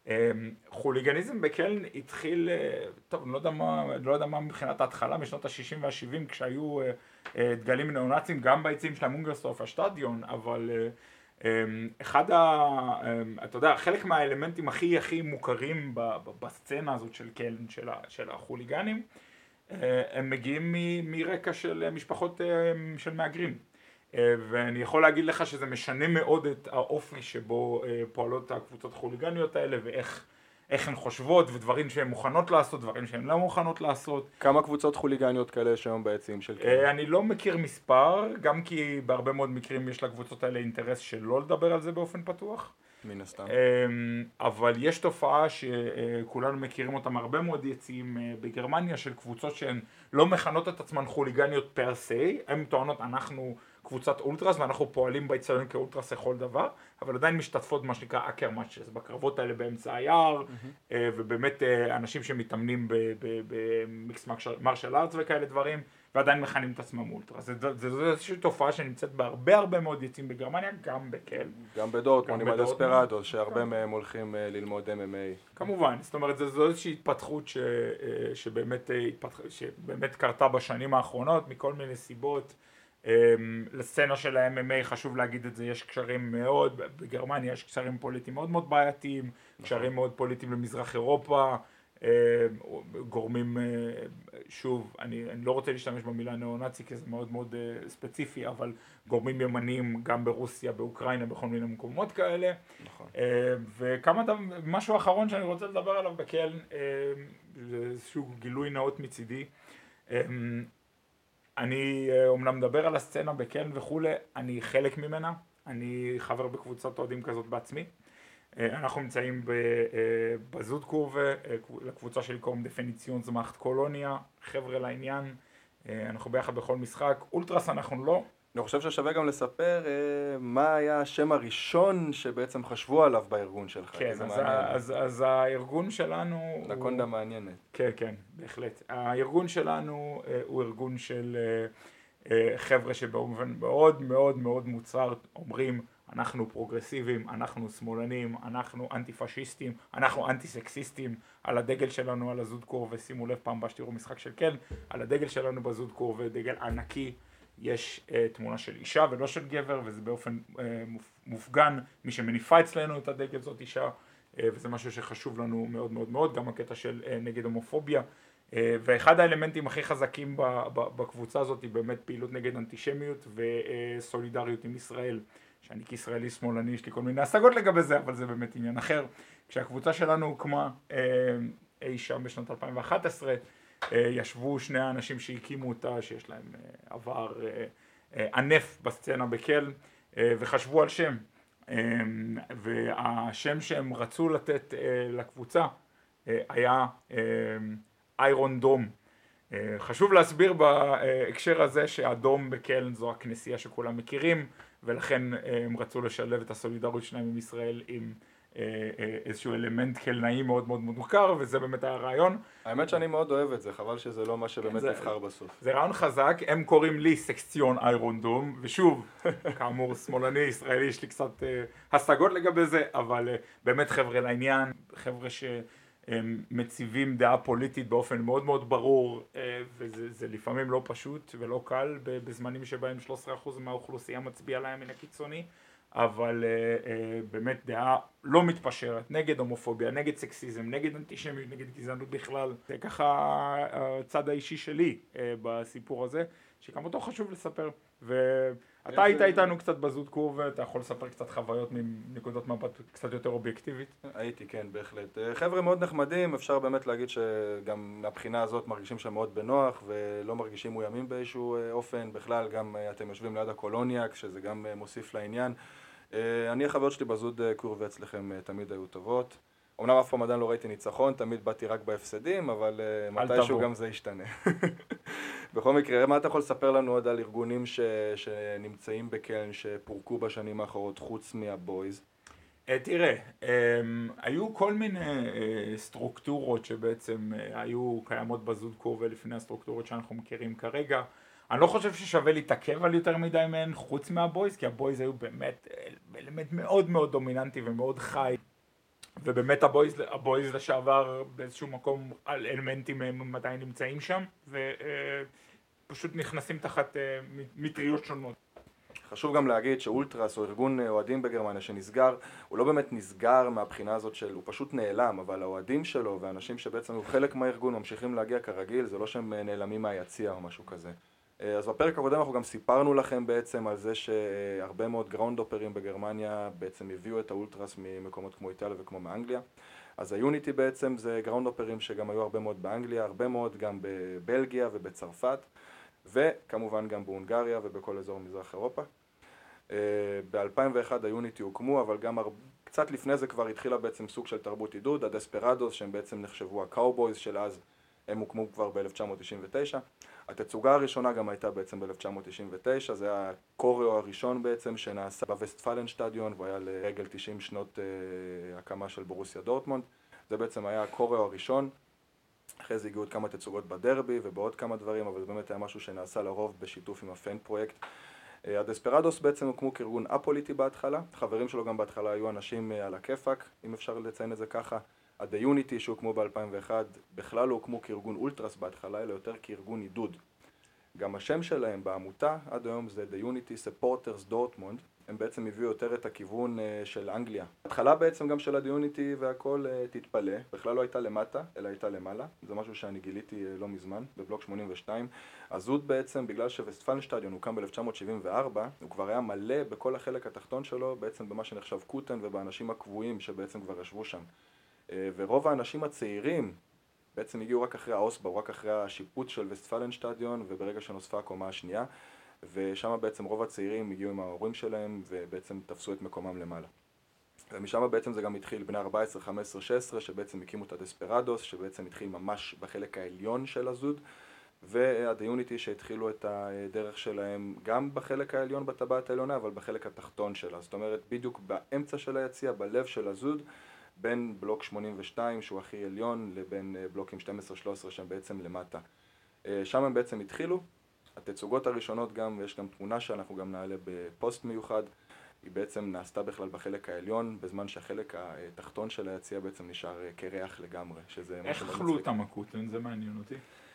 חוליגניזם בקלן התחיל, טוב, אני לא יודע מה, לא יודע מה מבחינת ההתחלה, משנות ה-שישים וה-שבעים, כשהיו דגלים נאו-נאצים גם ביציעים של המונגרסטורף השטדיון, אבל אחד ה... אתה יודע, חלק מהאלמנטים הכי הכי מוכרים בסצנה הזאת של קלן, של החוליגנים, הם מגיעים מרקע של משפחות של מהגרים. ואני יכול להגיד לך שזה משנה מאוד את האופי שבו פועלות הקבוצות חוליגניות האלה ואיך איך הן חושבות ודברים שהן מוכנות לעשות, דברים שהן לא מוכנות לעשות. כמה קבוצות חוליגניות כאלה יש היום ביציעים של קלן? אני לא מכיר מספר, גם כי בהרבה מאוד מקרים יש לקבוצות האלה אינטרס שלא לדבר על זה באופן פתוח. מן הסתם. אבל יש תופעה שכולנו מכירים אותם הרבה מאוד יציעים בגרמניה של קבוצות שהן לא מכנות את עצמן חוליגניות פר סי, הן טוענות אנחנו קבוצת אולטרס ואנחנו פועלים באצטדיון כאולטרס לכל דבר, אבל עדיין משתתפות מה שנקרא אקר מאצ'ס, בקרבות האלה באמצע היער, mm-hmm. ובאמת אנשים שמתאמנים במיקס מרשל ארטס וכאלה דברים, ועדיין מכנים את עצמם אולטרס. זו, זו, זו, זו איזושהי תופעה שנמצאת בהרבה הרבה מאוד יציאים בגרמניה, גם בקל. גם בדורטמונד, עם הדספרדוס, שהרבה מהם הולכים ללמוד אם אם איי. כמובן, זאת אומרת, זו, זו איזושהי התפתחות ש, שבאמת, שבאמת קרתה בשנים האחרונות, מכל מיני סיבות. לסצנה של ה-אם אם איי, חשוב להגיד את זה, יש קשרים מאוד, בגרמניה יש קשרים פוליטיים מאוד מאוד בעייתיים, קשרים מאוד פוליטיים למזרח אירופה, גורמים, שוב, אני, אני לא רוצה להשתמש במילה נאו-נאצי כי זה מאוד מאוד ספציפי, אבל גורמים ימניים גם ברוסיה, באוקראינה, בכל מיני מקומות כאלה. נכון. וכמה דבר, משהו אחרון שאני רוצה לדבר עליו בקלן, זה איזשהו גילוי נאות מצידי. אני אומנם מדבר על הסצנה בקלן וכולי, אני חלק ממנה, אני חבר בקבוצת אוהדים כזאת בעצמי. אנחנו נמצאים בזודקורבה, לקבוצה שלי קוראים דפניציונס-מאכט קולוניה, חבר'ה לעניין, אנחנו ביחד בכל משחק, אולטרס אנחנו לא. אני חושב ששווה גם לספר מה היה השם הראשון שבעצם חשבו עליו בארגון שלך. כן, אז, אז, אז הארגון שלנו... נקונדה הוא... מעניינת. כן, כן, בהחלט. הארגון שלנו הוא ארגון של חבר'ה שבאופן מאוד מאוד מאוד מוצהר אומרים אנחנו פרוגרסיביים, אנחנו שמאלנים, אנחנו אנטי-פשיסטים, אנחנו אנטי-סקסיסטים. על הדגל שלנו, על הזודקור, ושימו לב פעם הבאה שתראו משחק של קלן, על הדגל שלנו בזודקור ודגל ענקי יש uh, תמונה של אישה ולא של גבר, וזה באופן uh, מופגן, מי שמניפה אצלנו את הדגל זאת אישה, uh, וזה משהו שחשוב לנו מאוד מאוד מאוד, גם הקטע של uh, נגד הומופוביה, uh, ואחד האלמנטים הכי חזקים ב- ב- בקבוצה הזאת היא באמת פעילות נגד אנטישמיות וסולידריות עם ישראל, שאני כישראלי שמאלני יש לי כל מיני השגות לגבי זה, אבל זה באמת עניין אחר. כשהקבוצה שלנו הוקמה uh, אי שם בשנת אלפיים ואחת עשרה, ישבו שני האנשים שהקימו אותה, שיש להם עבר ענף בסצנה בקלן, וחשבו על שם. והשם שהם רצו לתת לקבוצה היה איירון דום. חשוב להסביר בהקשר הזה שהדום בקלן זו הכנסייה שכולם מכירים, ולכן הם רצו לשלב את הסולידריות שלהם עם ישראל עם איזשהו אלמנט קלנאי מאוד מאוד מוכר, וזה באמת היה הרעיון. האמת שאני מאוד אוהב את זה, חבל שזה לא מה שבאמת נבחר בסוף. זה רעיון חזק, הם קוראים לי סקציון איירון דום, ושוב, כאמור שמאלני ישראלי, יש לי קצת השגות לגבי זה, אבל באמת חבר'ה לעניין, חבר'ה שמציבים דעה פוליטית באופן מאוד מאוד ברור, וזה לפעמים לא פשוט ולא קל בזמנים שבהם שלושה עשר אחוז מהאוכלוסייה מצביעה לימין הקיצוני, אבל uh, uh, באמת דעה לא מתפשרת, נגד הומופוביה, נגד סקסיזם, נגד אנטישמיות, נגד גזענות בכלל. זה ככה הצד האישי שלי uh, בסיפור הזה, שגם אותו חשוב לספר. ואתה היית איתנו קצת בזוד קורב, אתה יכול לספר קצת חוויות מנקודות מבט קצת יותר אובייקטיבית? הייתי, כן, בהחלט. חבר'ה מאוד נחמדים, אפשר באמת להגיד שגם מהבחינה הזאת מרגישים שם מאוד בנוח, ולא מרגישים מאוימים באיזשהו אופן. בכלל, גם אתם יושבים ליד הקולוניאק, שזה גם מוסיף לעניין. אני, החוויות שלי בזוד קורב אצלכם תמיד היו טובות. אמנם אף פעם עדיין לא ראיתי ניצחון, תמיד באתי רק בהפסדים, אבל מתישהו גם זה ישתנה. בכל מקרה, מה אתה יכול לספר לנו עוד על ארגונים ש... שנמצאים בקלן, שפורקו בשנים האחרות, חוץ מהבויז? תראה, היו כל מיני סטרוקטורות שבעצם היו קיימות בזוד קורב לפני הסטרוקטורות שאנחנו מכירים כרגע. אני לא חושב ששווה להתעכב על יותר מדי מהן חוץ מהבויז, כי הבויז היו באמת אלמנט מאוד מאוד דומיננטי ומאוד חי. ובאמת הבויז, הבויז לשעבר באיזשהו מקום על אלמנטים הם עדיין נמצאים שם, ופשוט נכנסים תחת מטריות שונות. חשוב גם להגיד שאולטרס או ארגון אוהדים בגרמניה שנסגר, הוא לא באמת נסגר מהבחינה הזאת של, הוא פשוט נעלם, אבל האוהדים שלו ואנשים שבעצם היו חלק מהארגון ממשיכים להגיע כרגיל, זה לא שהם נעלמים מהיציע או משהו כזה. אז בפרק הקודם אנחנו גם סיפרנו לכם בעצם על זה שהרבה מאוד גראונד אופרים בגרמניה בעצם הביאו את האולטרס ממקומות כמו איטליה וכמו מאנגליה. אז היוניטי בעצם זה גראונד אופרים שגם היו הרבה מאוד באנגליה, הרבה מאוד גם בבלגיה ובצרפת, וכמובן גם בהונגריה ובכל אזור מזרח אירופה. ב-אלפיים ואחת היוניטי הוקמו, אבל גם הרבה, קצת לפני זה כבר התחילה בעצם סוג של תרבות עידוד, הדספרדוס שהם בעצם נחשבו הקאובויז של אז, הם הוקמו כבר ב-אלף תשע מאות תשעים ותשע. התצוגה הראשונה גם הייתה בעצם ב-אלף תשע מאות תשעים ותשע, זה היה הקוריאו הראשון בעצם שנעשה בווסטפלן שטדיון, והוא היה לרגל תשעים שנות uh, הקמה של בורוסיה דורטמונד. זה בעצם היה הקוריאו הראשון, אחרי זה הגיעו עוד כמה תצוגות בדרבי ובעוד כמה דברים, אבל זה באמת היה משהו שנעשה לרוב בשיתוף עם הפן פרויקט. Uh, הדספרדוס בעצם הוקמו כארגון אפוליטי בהתחלה, חברים שלו גם בהתחלה היו אנשים uh, על הכיפק, אם אפשר לציין את זה ככה. ה-The Unity שהוקמו ב-אלפיים ואחת בכלל לא הוקמו כארגון אולטרס בהתחלה, אלא יותר כארגון עידוד. גם השם שלהם בעמותה עד היום זה The Unity Supporters Dortmund, הם בעצם הביאו יותר את הכיוון uh, של אנגליה. ההתחלה בעצם גם של ה-The Unity והכל uh, תתפלא, בכלל לא הייתה למטה, אלא הייתה למעלה. זה משהו שאני גיליתי uh, לא מזמן, בבלוק שמונים ושתיים. הזוד בעצם, בגלל שווסטפלן שטדיון הוקם ב-אלף תשע מאות שבעים וארבע, הוא כבר היה מלא בכל החלק התחתון שלו, בעצם במה שנחשב קוטן ובאנשים הקבועים שבעצם כבר ישבו שם. ורוב האנשים הצעירים בעצם הגיעו רק אחרי האוסבאו, רק אחרי השיפוט של וסטפלן שטדיון, וברגע שנוספה הקומה השנייה, ושם בעצם רוב הצעירים הגיעו עם ההורים שלהם ובעצם תפסו את מקומם למעלה. ומשם בעצם זה גם התחיל בני ארבע עשרה, חמש עשרה, שש עשרה, שבעצם הקימו את הדספרדוס, שבעצם התחיל ממש בחלק העליון של הזוד, וה-The Unity שהתחילו את הדרך שלהם גם בחלק העליון בטבעת העליונה, אבל בחלק התחתון שלה. זאת אומרת, בדיוק באמצע של היציע, בלב של הזוד, בין בלוק שמונים ושתיים שהוא הכי עליון לבין בלוקים שתים עשרה שלוש עשרה שהם בעצם למטה. שם הם בעצם התחילו, התצוגות הראשונות גם, ויש גם תמונה שאנחנו גם נעלה בפוסט מיוחד, היא בעצם נעשתה בכלל בחלק העליון, בזמן שהחלק התחתון של היציע בעצם נשאר קרח לגמרי. איך אכלו אותם הקוטן? זה מעניין אותי.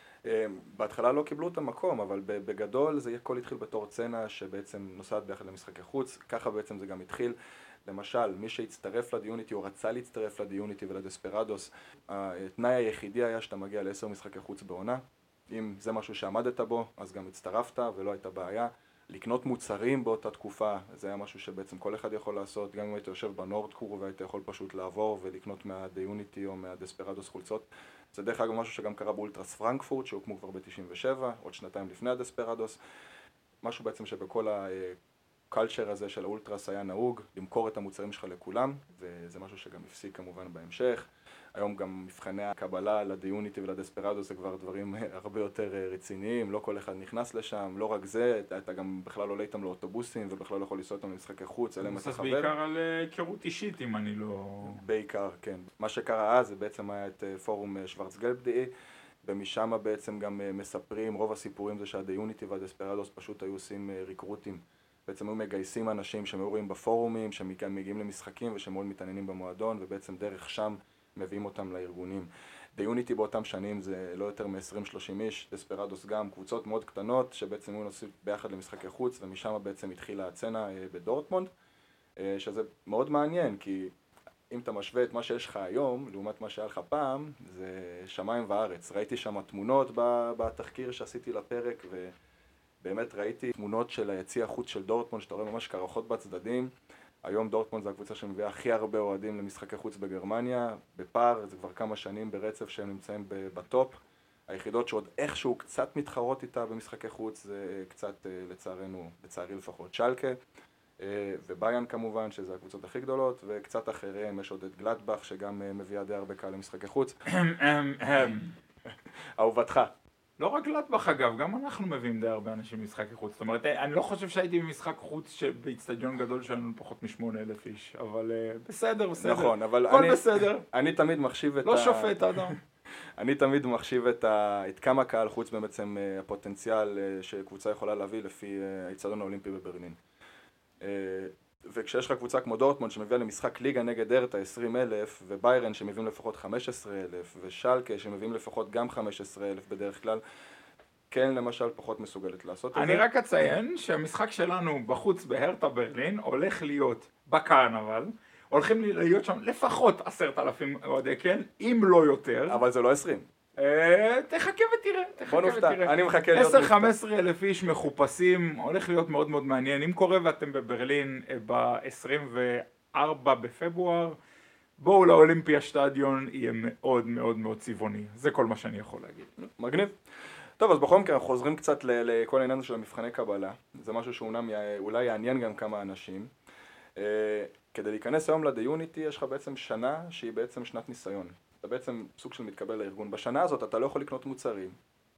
בהתחלה לא קיבלו את המקום, אבל בגדול זה הכל התחיל בתור צנה שבעצם נוסעת ביחד למשחקי חוץ, ככה בעצם זה גם התחיל. למשל, מי שהצטרף ל-The Unity או רצה להצטרף ל-The Unity ולדספרדוס, התנאי היחידי היה שאתה מגיע לעשר משחקי חוץ בעונה. אם זה משהו שעמדת בו, אז גם הצטרפת ולא הייתה בעיה. לקנות מוצרים באותה תקופה, זה היה משהו שבעצם כל אחד יכול לעשות, גם אם היית יושב בנורדקור והיית יכול פשוט לעבור ולקנות מה-דיוניטי או מה-דספרדוס חולצות. זה דרך אגב משהו שגם קרה באולטרס פרנקפורט, שהוקמו כבר ב-תשעים ושבע, עוד שנתיים לפני הדספרדוס. משהו בעצם שבכל הקלצ'ר הזה של האולטרס היה נהוג, למכור את המוצרים שלך לכולם, וזה משהו שגם הפסיק כמובן בהמשך. היום גם מבחני הקבלה לדיוניטי ולדספרדוס זה כבר דברים הרבה יותר רציניים, לא כל אחד נכנס לשם, לא רק זה, אתה, אתה גם בכלל עולה איתם לאוטובוסים ובכלל לא יכול לנסוע איתם למשחקי חוץ, אלא אם אתה חבר. זה בעיקר על היכרות אישית אם אני לא... בעיקר, כן. מה שקרה אז זה בעצם היה את פורום שוורצגלבדי, ומשם בעצם גם מספרים, רוב הסיפורים זה שהדיוניטי והדספרדוס פשוט היו עושים ריקרוטים. בעצם היו מגייסים אנשים שהם רואים בפורומים, שמגיעים למשחקים ושמאוד מתעניינים במועדון, ובעצם דרך שם מביאים אותם לארגונים. דיוניטי באותם שנים זה לא יותר מ-עשרים שלושים איש, דספרדוס גם, קבוצות מאוד קטנות שבעצם היו נוסעים ביחד למשחקי חוץ, ומשם בעצם התחילה הצצנה בדורטמונד, שזה מאוד מעניין, כי אם אתה משווה את מה שיש לך היום, לעומת מה שהיה לך פעם, זה שמיים וארץ. ראיתי שם תמונות בתחקיר שעשיתי לפרק, ובאמת ראיתי תמונות של היציע החוץ של דורטמונד, שאתה רואה ממש קרחות בצדדים. היום דורטמונד זה הקבוצה שמביאה הכי הרבה אוהדים למשחקי חוץ בגרמניה, בפער, זה כבר כמה שנים ברצף שהם נמצאים בטופ. היחידות שעוד איכשהו קצת מתחרות איתה במשחקי חוץ, זה קצת לצערנו, לצערי לפחות, שלקה. וביירן כמובן, שזה הקבוצות הכי גדולות, וקצת אחריהם יש עוד את גלדבך, שגם מביאה די הרבה קהל למשחקי חוץ. אהובתך. לא רק גלדבך אגב, גם אנחנו מביאים די הרבה אנשים למשחקי חוץ. זאת אומרת, אני לא חושב שהייתי במשחק חוץ שבאצטדיון גדול שלנו פחות משמונה אלף איש, אבל בסדר, בסדר. נכון, אבל הכל בסדר. אני תמיד מחשיב את לא שופט אדם. אני תמיד מחשיב את, ה... את כמה קהל חוץ בעצם הפוטנציאל שקבוצה יכולה להביא לפי האצטדיון האולימפי בברלין. וכשיש לך קבוצה כמו דורטמונד שמביאה למשחק ליגה נגד הרטה עשרים אלף, וביירן שמביאים לפחות חמישה עשר אלף, ושלקה שמביאים לפחות גם חמישה עשר אלף בדרך כלל, כן למשל פחות מסוגלת לעשות את זה. אני רק אציין שהמשחק שלנו בחוץ בהרטה ברלין הולך להיות בקרנבל, הולכים להיות שם לפחות עשרת אלפים אוהדי, כן, אם לא יותר. אבל זה לא עשרים. תחכה ותראה, תחכה ותראה. אני מחכה להיות עשר חמש עשרה אלף איש מחופשים, הולך להיות מאוד מאוד מעניין. אם קורה ואתם בברלין ב-עשרים וארבעה בפברואר, בואו לאולימפיה שטדיון, יהיה מאוד מאוד מאוד צבעוני. זה כל מה שאני יכול להגיד. מגניב. טוב, אז בכל מקרה, חוזרים קצת לכל העניין של המבחני קבלה. זה משהו שאולי יעניין גם כמה אנשים. כדי להיכנס היום לדיוניטי, יש לך בעצם שנה שהיא בעצם שנת ניסיון. אתה בעצם סוג של מתקבל לארגון. בשנה הזאת אתה לא יכול לקנות מוצרים.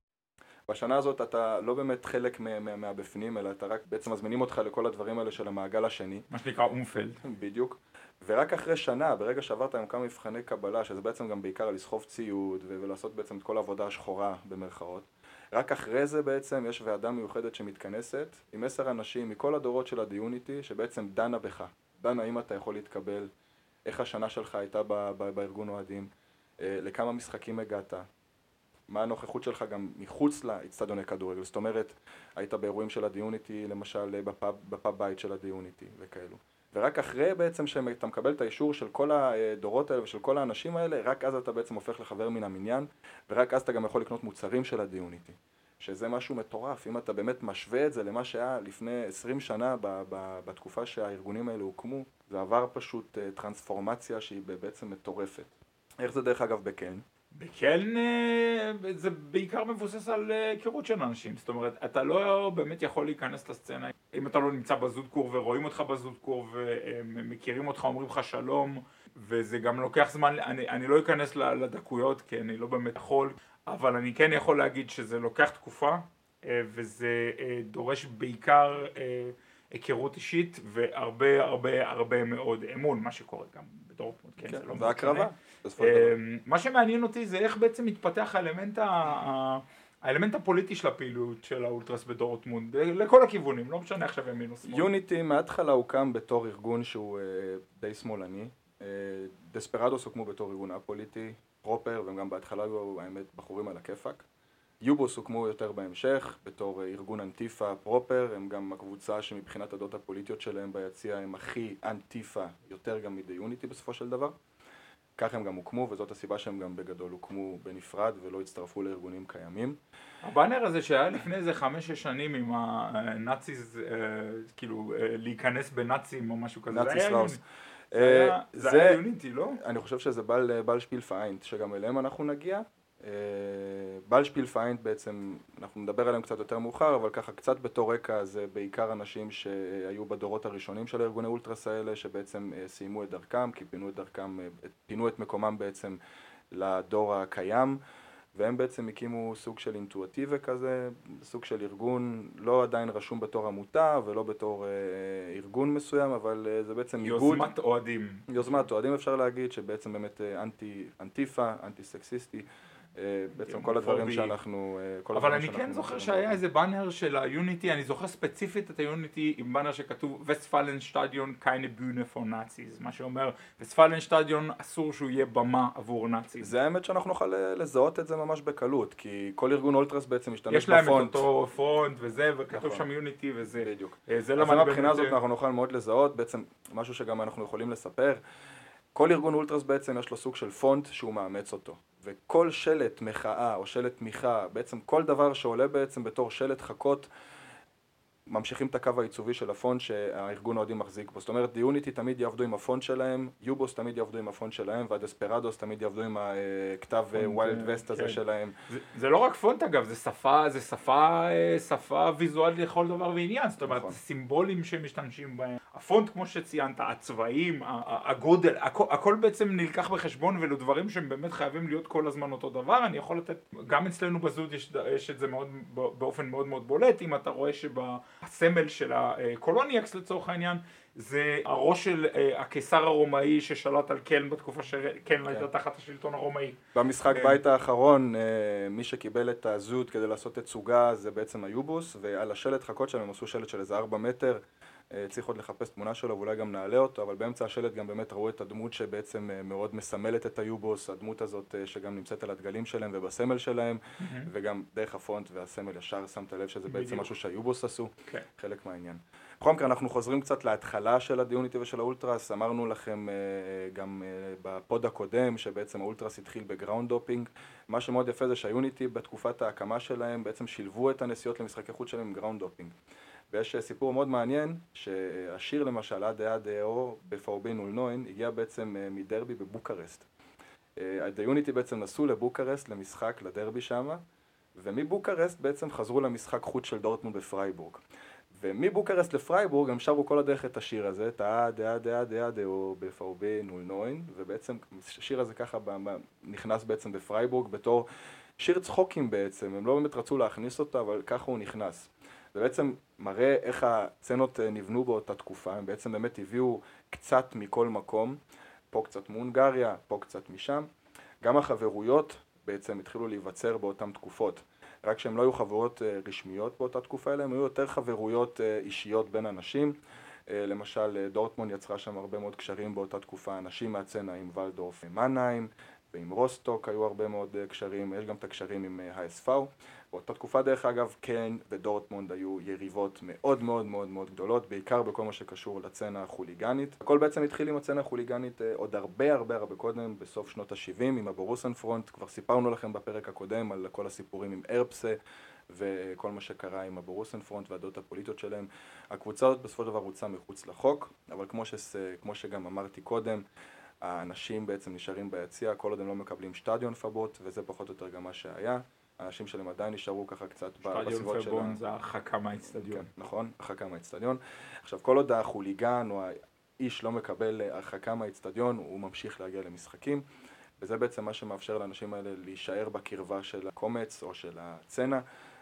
בשנה הזאת אתה לא באמת חלק מהבפנים, אלא אתה רק בעצם מזמינים אותך לכל הדברים האלה של המעגל השני. מה שנקרא אומפלד. בדיוק. ורק אחרי שנה, ברגע שעברת עם כמה מבחני קבלה, שזה בעצם גם בעיקר לסחוב ציוד ולעשות בעצם את כל העבודה השחורה במרכאות, רק אחרי זה בעצם יש ועדה מיוחדת שמתכנסת עם עשר אנשים מכל הדורות של הדיוניטי שבעצם דנה בך. דנה אם אתה יכול להתקבל, איך השנה שלך הייתה בארגון אוהדים, לכמה משחקים הגעת, מה הנוכחות שלך גם מחוץ לאצטדיוני כדורגל, זאת אומרת, היית באירועים של הדיוניטי, למשל בפאב, בפאב בית של הדיוניטי וכאלו. ורק אחרי בעצם שאתה מקבל את האישור של כל הדורות האלה ושל כל האנשים האלה, רק אז אתה בעצם הופך לחבר מן המניין, ורק אז אתה גם יכול לקנות מוצרים של הדיוניטי. שזה משהו מטורף, אם אתה באמת משווה את זה למה שהיה לפני עשרים שנה ב- ב- בתקופה שהארגונים האלה הוקמו, זה עבר פשוט טרנספורמציה שהיא בעצם מטורפת. איך זה דרך אגב בקלן? בקלן זה בעיקר מבוסס על היכרות של אנשים, זאת אומרת, אתה לא באמת יכול להיכנס לסצנה אם אתה לא נמצא בזודקור ורואים אותך בזודקור ומכירים אותך, אומרים לך שלום, וזה גם לוקח זמן, אני, אני לא אכנס לדקויות כי אני לא באמת יכול, אבל אני כן יכול להגיד שזה לוקח תקופה וזה דורש בעיקר היכרות אישית והרבה הרבה הרבה מאוד אמון, מה שקורה גם בדורטמונד, כן, כן, זה לא והקרבה. מה שמעניין אותי זה איך בעצם מתפתח האלמנט, ה... האלמנט הפוליטי של הפעילות של האולטרס בדורטמונד, לכל הכיוונים, לא משנה עכשיו ימין או שמאל. יוניטי מההתחלה הוקם בתור ארגון שהוא די שמאלני, דספרדוס הוקמו בתור ארגון א-פוליטי, פרופר, והם גם בהתחלה היו האמת בחורים על הכיפק. יובוס הוקמו יותר בהמשך, בתור ארגון אנטיפה פרופר, הם גם הקבוצה שמבחינת הדעות הפוליטיות שלהם ביציע הם הכי אנטיפה, יותר גם מדי יוניטי בסופו של דבר. כך הם גם הוקמו, וזאת הסיבה שהם גם בגדול הוקמו בנפרד ולא הצטרפו לארגונים קיימים. הבאנר הזה שהיה לפני איזה חמש-שש שנים עם הנאציז, כאילו להיכנס בנאצים או משהו כזה, נאצי סלאוס. זה היה יוניטי, לא? אני חושב שזה בעל שפיל פיינט, שגם אליהם אנחנו נגיע. בעל שפיל פיינט בעצם, אנחנו נדבר עליהם קצת יותר מאוחר, אבל ככה קצת בתור רקע זה בעיקר אנשים שהיו בדורות הראשונים של הארגוני אולטרס האלה, שבעצם סיימו את דרכם, כי פינו את דרכם, פינו את מקומם בעצם לדור הקיים, והם בעצם הקימו סוג של אינטואטיבה כזה, סוג של ארגון, לא עדיין רשום בתור עמותה ולא בתור אה, ארגון מסוים, אבל אה, זה בעצם יוזמת איגוד, אוהדים. יוזמת אוהדים אפשר להגיד, שבעצם באמת אה, אנטי, אנטיפה, אנטי סקסיסטי, אה, בעצם כל הדברים שאנחנו... אה, כל אבל הדברים אני כן זוכר שהיה מדברים. איזה באנר של היוניטי, אני זוכר ספציפית את היוניטי עם באנר שכתוב וסטפלן שטדיון קיינה ביונה פור נאציז, מה שאומר וסטפלן שטדיון אסור שהוא יהיה במה עבור נאציז. זה האמת שאנחנו נוכל לזהות את זה ממש בקלות, כי כל ארגון אולטרס בעצם משתמש בפונט. יש להם את אותו פונט וזה, וכתוב נכון. שם יוניטי וזה. בדיוק. זה אז מהבחינה הזאת אנחנו נוכל מאוד לזהות, בעצם משהו שגם אנחנו יכולים לספר. כל ארגון אולטרס בעצם יש לו סוג של פונט שהוא מאמץ אותו. וכל שלט מחאה או שלט תמיכה, בעצם כל דבר שעולה בעצם בתור שלט חכות, ממשיכים את הקו העיצובי של הפונט שהארגון האוהדים מחזיק בו. זאת אומרת, דיוניטי תמיד יעבדו עם הפונט שלהם, יובוס תמיד יעבדו עם הפונט שלהם, והדספרדוס תמיד יעבדו עם הכתב ווילד וסט הזה שלהם. זה לא רק פונט אגב, זה שפה, זה שפה, שפה ויזואלית לכל דבר ועניין. זאת אומרת, סימבולים שמשתמשים בהם. הפונט, כמו שציינת, הצבעים, הגודל, הכל בעצם נלקח בחשבון, ולו דברים שהם באמת חייבים להיות כל הזמן אותו דבר. אני יכול לתת, גם אצלנו בזוד יש את זה מאוד, באופן מאוד מאוד בולט, אם אתה רואה שבה הסמל של הקולוניאקס לצורך העניין זה הראש של הקיסר הרומאי ששלט על קלן בתקופה שקלן הייתה תחת השלטון הרומאי. במשחק בית האחרון מי שקיבל את הזוד כדי לעשות תצוגה זה בעצם היובוס, ועל השלט חכות שלהם הם עשו שלט של איזה ארבע מטר, צריך עוד לחפש תמונה שלו ואולי גם נעלה אותו, אבל באמצע השלט גם באמת ראו את הדמות שבעצם מאוד מסמלת את היובוס, הדמות הזאת שגם נמצאת על הדגלים שלהם ובסמל שלהם, וגם דרך הפונט והסמל ישר שמת לב שזה בעצם משהו שהיובוס עשו, חלק מהעניין. בכל מקרה אנחנו חוזרים קצת להתחלה של הדיוניטי ושל האולטרס, אמרנו לכם גם בפוד הקודם שבעצם האולטרס התחיל בגראונד דופינג, מה שמאוד יפה זה שהיוניטי בתקופת ההקמה שלהם בעצם שילבו את הנסיעות למשחקי חוץ שלהם עם גראונד דופינג. ויש סיפור מאוד מעניין שהשיר למשל עד עד או בפאובין ולנוין הגיע בעצם מדרבי בבוקרסט. הדיוניטי בעצם נסעו לבוקרסט למשחק לדרבי שם, ומבוקרסט בעצם חזרו למשחק חוץ של דורטמונד בפרייבורג. ומבוקרסט לפרייבורג הם שרו כל הדרך את השיר הזה, את העד עד עד עד או בפאובין ולנוין, ובעצם השיר הזה ככה נכנס בעצם בפרייבורג בתור שיר צחוקים בעצם, הם לא באמת רצו להכניס אותו אבל ככה הוא נכנס. זה בעצם מראה איך הצנות נבנו באותה תקופה, הם בעצם באמת הביאו קצת מכל מקום, פה קצת מהונגריה, פה קצת משם. גם החברויות בעצם התחילו להיווצר באותן תקופות, רק שהן לא היו חברויות רשמיות באותה תקופה, אלא הן היו יותר חברויות אישיות בין אנשים. למשל דורטמונד יצרה שם הרבה מאוד קשרים באותה תקופה, אנשים מהצנה עם ולדורף מנהיים, ועם רוסטוק היו הרבה מאוד קשרים, יש גם את הקשרים עם ה-אס-פאו. באותה תקופה דרך אגב, קלן ודורטמונד היו יריבות מאוד מאוד מאוד מאוד גדולות, בעיקר בכל מה שקשור לצנה החוליגנית. הכל בעצם התחיל עם הצנה החוליגנית עוד הרבה הרבה הרבה קודם, בסוף שנות ה-שבעים עם הבורוסן פרונט, כבר סיפרנו לכם בפרק הקודם על כל הסיפורים עם ארפסה, וכל מה שקרה עם הבורוסן פרונט והדעות הפוליטיות שלהם. הקבוצה הזאת בסופו של דבר הוצאה מחוץ לחוק, אבל כמו, ש... כמו שגם אמרתי קודם, האנשים בעצם נשארים ביציע, כל עוד הם לא מקבלים שטדיון פאבוט, וזה פחות או יותר גם מה שהיה. האנשים שלהם עדיין נשארו ככה קצת בסביבות של... שטדיון פאבון זה הרחקה מהאצטדיון. כן, נכון, הרחקה מהאצטדיון. עכשיו, כל עוד החוליגן או האיש לא מקבל הרחקה מהאצטדיון, הוא ממשיך להגיע למשחקים, וזה בעצם מה שמאפשר לאנשים האלה להישאר בקרבה של הקומץ או של הצנה,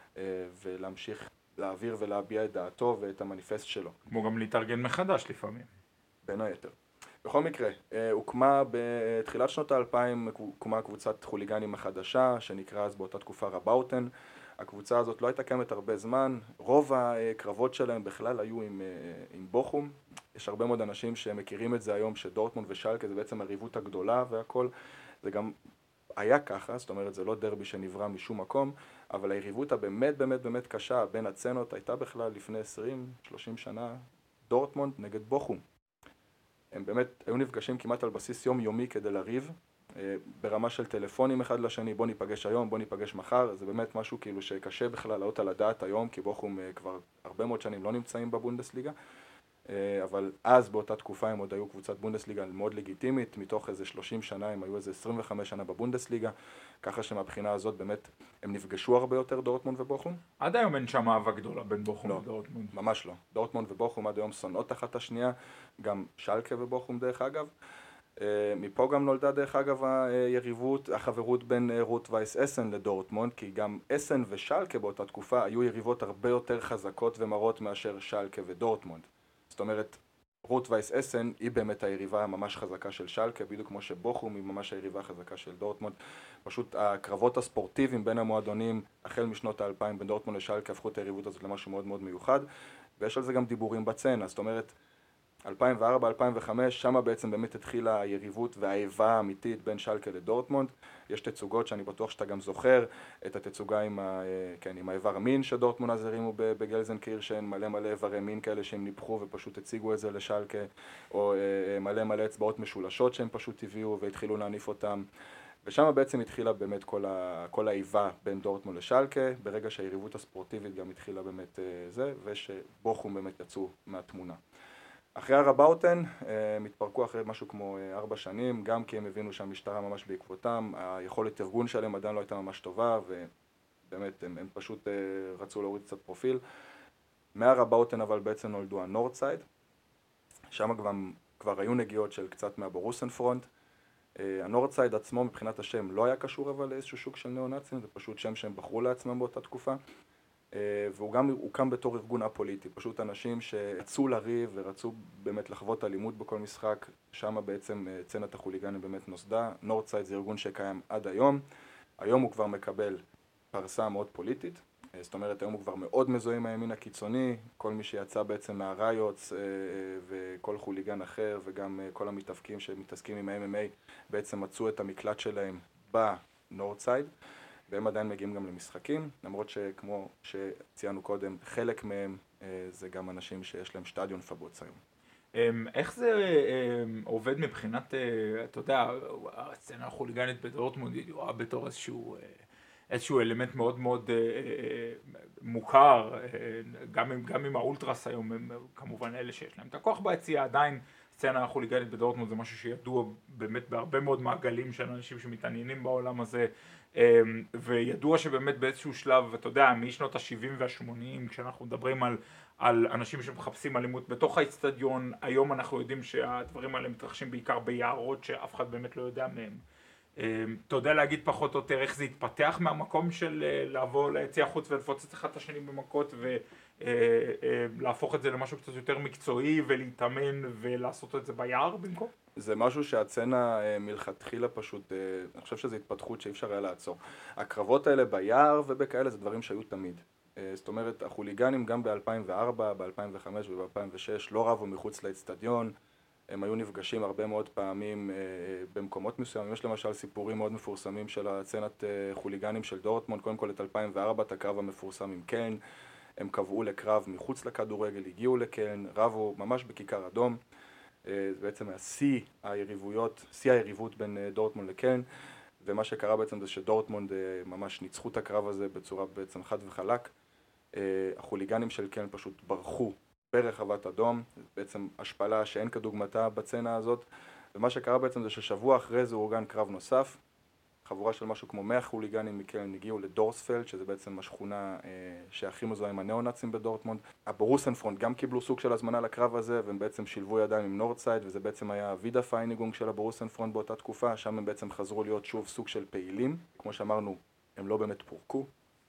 ולהמשיך להעביר ולהביע את דעתו ואת המניפסט שלו. כמו גם להתארגן מחדש לפעמים. בין היתר. בכל מקרה, הוקמה בתחילת שנות האלפיים, הוקמה קבוצת חוליגנים החדשה, שנקרא אז באותה תקופה רבאוטן. הקבוצה הזאת לא הייתה קיימת הרבה זמן, רוב הקרבות שלהם בכלל היו עם, עם בוכום. יש הרבה מאוד אנשים שמכירים את זה היום, שדורטמונד ושלקה זה בעצם הריבות הגדולה והכל. זה גם היה ככה, זאת אומרת זה לא דרבי שנברא משום מקום, אבל היריבות הבאמת באמת באמת קשה בין הצנות הייתה בכלל לפני עשרים שלושים שנה, דורטמונד נגד בוכום. הם באמת היו נפגשים כמעט על בסיס יומיומי כדי לריב, ברמה של טלפונים אחד לשני, בוא ניפגש היום, בוא ניפגש מחר, זה באמת משהו כאילו שקשה בכלל לעלות על הדעת היום, כי בוכום כבר הרבה מאוד שנים לא נמצאים בבונדסליגה, אבל אז באותה תקופה הם עוד היו קבוצת בונדסליגה מאוד לגיטימית, מתוך איזה שלושים שנה הם היו איזה עשרים וחמש שנה בבונדסליגה, ככה שמהבחינה הזאת באמת הם נפגשו הרבה יותר דורטמונד ובוכום. עד היום אין שם אהבה גדולה בין בוכום לא, ודורטמונד. ממש לא. דורטמונד ובוכום עד היום שונאות אחת השנייה, גם שלקה ובוכום דרך אגב. מפה גם נולדה דרך אגב היריבות, החברות בין רוט וייס אסן לדורטמונד, כי גם אסן ושלקה באותה תקופה היו יריבות הרבה יותר חזקות ומרות מאשר שלקה ודורטמונד. זאת אומרת, רוט וייס אסן היא באמת היריבה הממש חזקה של שלקה, בדיוק כמו שבוכום היא ממש היריבה החזקה של דורטמונד. פשוט הקרבות הספורטיביים בין המועדונים, החל משנות האלפיים בין דורטמונד לשלקה, הפכו את היריבות הזאת למשהו מאוד מאוד מיוחד, ויש על זה גם דיבורים בצנה, זאת אומרת, אלפיים וארבע אלפיים וחמש, שמה בעצם באמת התחילה היריבות והאיבה האמיתית בין שלקה לדורטמונד. יש תצוגות שאני בטוח שאתה גם זוכר, את התצוגה עם, ה, כן, עם האיבר מין שדורטמונד אז הרימו בגלזנקירשן, מלא מלא איברי מין כאלה שהם ניפחו ופשוט הציגו את זה לשלקה, או מלא מלא אצבעות משולשות שהם פשוט הביאו והתחילו להניף אותם. ושם בעצם התחילה באמת כל, ה, כל האיבה בין דורטמונד לשלקה, ברגע שהיריבות הספורטיבית גם התחילה באמת זה, ושבוכום באמת יצאו מהתמונה. אחרי הרבאוטן, הם התפרקו אחרי משהו כמו ארבע שנים, גם כי הם הבינו שהמשטרה ממש בעקבותם, היכולת ארגון שלהם עדיין לא הייתה ממש טובה, ובאמת הם, הם פשוט רצו להוריד קצת פרופיל. מהרבאוטן אבל בעצם נולדו הנורדסייד, שם כבר, כבר היו נגיעות של קצת מהבורוסן פרונט. הנורדסייד עצמו מבחינת השם לא היה קשור אבל לאיזשהו שוק של ניאו-נאצים, זה פשוט שם שהם בחרו לעצמם באותה תקופה. והוא גם הוקם בתור ארגון א-פוליטי, פשוט אנשים שרצו לריב ורצו באמת לחוות אלימות בכל משחק, שם בעצם צנת החוליגנים באמת נוסדה. נורדסייד זה ארגון שקיים עד היום, היום הוא כבר מקבל פרסה מאוד פוליטית, זאת אומרת היום הוא כבר מאוד מזוהה עם הימין הקיצוני, כל מי שיצא בעצם מהריוטס וכל חוליגן אחר וגם כל המתאבקים שמתעסקים עם ה-אם אם איי בעצם מצאו את המקלט שלהם בנורדסייד. והם עדיין מגיעים גם למשחקים, למרות שכמו שציינו קודם, חלק מהם זה גם אנשים שיש להם שטדיון פבוץ היום. איך זה עובד מבחינת, אתה יודע, הסצנה החוליגנית בדורטמונד ידועה בתור איזשהו, איזשהו אלמנט מאוד מאוד מוכר, גם עם, גם עם האולטרס היום, הם כמובן אלה שיש להם את הכוח ביציאה, עדיין הסצנה החוליגנית בדורטמונד זה משהו שידוע באמת בהרבה מאוד מעגלים של אנשים שמתעניינים בעולם הזה, וידוע שבאמת באיזשהו שלב, אתה יודע, משנות ה-שבעים וה-שמונים, כשאנחנו מדברים על, על אנשים שמחפשים אלימות בתוך האצטדיון, היום אנחנו יודעים שהדברים האלה מתרחשים בעיקר ביערות שאף אחד באמת לא יודע מהם. אתה יודע להגיד פחות או יותר איך זה התפתח מהמקום של לעבור ליציע חוץ ולפוצץ אחד את השני במכות ולהפוך את זה למשהו קצת יותר מקצועי ולהתאמן ולעשות את זה ביער במקום? זה משהו שהצנה מלכתחילה פשוט, אני חושב שזו התפתחות שאי אפשר היה לעצור. הקרבות האלה ביער ובכאלה זה דברים שהיו תמיד. זאת אומרת, החוליגנים גם ב-אלפיים וארבע, ב-אלפיים וחמש וב-אלפיים ושש לא רבו מחוץ לאצטדיון. הם היו נפגשים הרבה מאוד פעמים במקומות מסוימים. יש למשל סיפורים מאוד מפורסמים של הצנת חוליגנים של דורטמונד. קודם כל את אלפיים וארבע, את הקרב המפורסם עם קלן. הם קבעו לקרב מחוץ לכדורגל, הגיעו לקלן, רבו ממש בכיכר אדום. זה בעצם היה שיא היריבויות, שיא היריבות בין דורטמונד לקלן. ומה שקרה בעצם זה שדורטמונד ממש ניצחו את הקרב הזה בצורה בעצם חד וחלק. החוליגנים של קלן פשוט ברחו ברחבת אדום, בעצם השפלה שאין כדוגמתה בצנה הזאת, ומה שקרה בעצם זה ששבוע אחרי זה אורגן קרב נוסף, חבורה של משהו כמו מאה חוליגנים מקלן הגיעו לדורספלד, שזה בעצם השכונה אה, שהכי מזוהה עם הנאו-נאצים בדורטמונד. הבורוסן פרונט גם קיבלו סוג של הזמנה לקרב הזה, והם בעצם שילבו ידיים עם נורדסייד, וזה בעצם היה וידה פיינגונג של הבורוסן פרונט באותה תקופה, שם הם בעצם חזרו להיות שוב סוג של פעילים, כמו שאמרנו, הם לא באמת פורקו.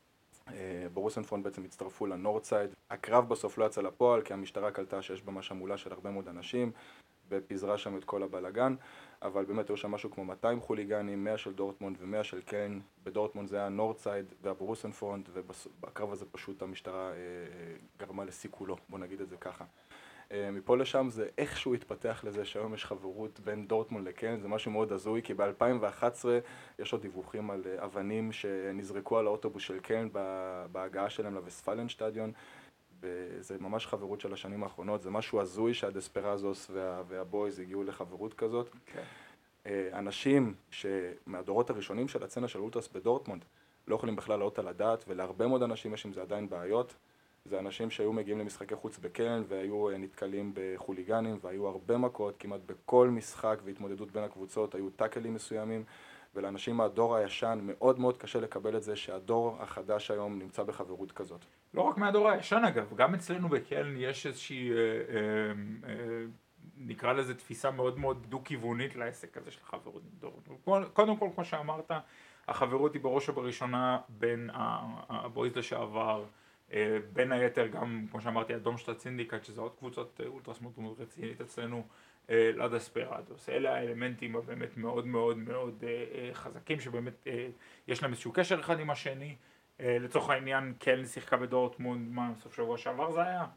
בורוסן פרונט בעצם הצטרפו לנורדסייד. הקרב בסוף לא יצא לפועל, כי המשטרה קלטה שיש ממש המולה של הרבה מאוד אנשים, ופיזרה שם את כל הבלגן, אבל באמת היו שם משהו כמו מאתיים חוליגנים, מאה של דורטמונד ו-מאה של קלן. בדורטמונד זה היה נורדסייד והבורוסן פרונט, ובקרב הזה פשוט המשטרה גרמה לסיכולו, בוא נגיד את זה ככה. מפה לשם זה איכשהו התפתח לזה שהיום יש חברות בין דורטמונד לקלן, זה משהו מאוד הזוי, כי ב-אלפיים ואחת עשרה יש עוד דיווחים על אבנים שנזרקו על האוטובוס של קלן בהגעה שלהם לווסטפלן שטדיון. זה ממש חברות של השנים האחרונות, זה משהו הזוי שהדספרדוס וה, והבויז הגיעו לחברות כזאת. Okay. אנשים שמהדורות הראשונים של הצנה של אולטרס בדורטמונד לא יכולים בכלל לעלות על הדעת, ולהרבה מאוד אנשים יש עם זה עדיין בעיות. זה אנשים שהיו מגיעים למשחקי חוץ בקלן והיו נתקלים בחוליגנים והיו הרבה מכות, כמעט בכל משחק והתמודדות בין הקבוצות היו טאקלים מסוימים, ולאנשים מהדור הישן מאוד מאוד קשה לקבל את זה שהדור החדש היום נמצא בחברות כזאת. לא רק מהדור הישן אגב, גם אצלנו בקלן יש איזושהי, אה, אה, אה, נקרא לזה תפיסה מאוד מאוד דו-כיוונית לעסק הזה של חברות. קודם כל, כמו שאמרת, החברות היא בראש ובראשונה בין הבויז לשעבר, בין היתר גם, כמו שאמרתי, הדומשטאט סינדיקט, שזה עוד קבוצות אולטרס מאוד רצינית אצלנו, לדספרדוס. אלה האלמנטים הבאמת מאוד מאוד מאוד חזקים, שבאמת יש להם איזשהו קשר אחד עם השני. לצורך העניין, קלן שיחקה בדורטמונד, מה, סוף שבוע שעבר זה היה?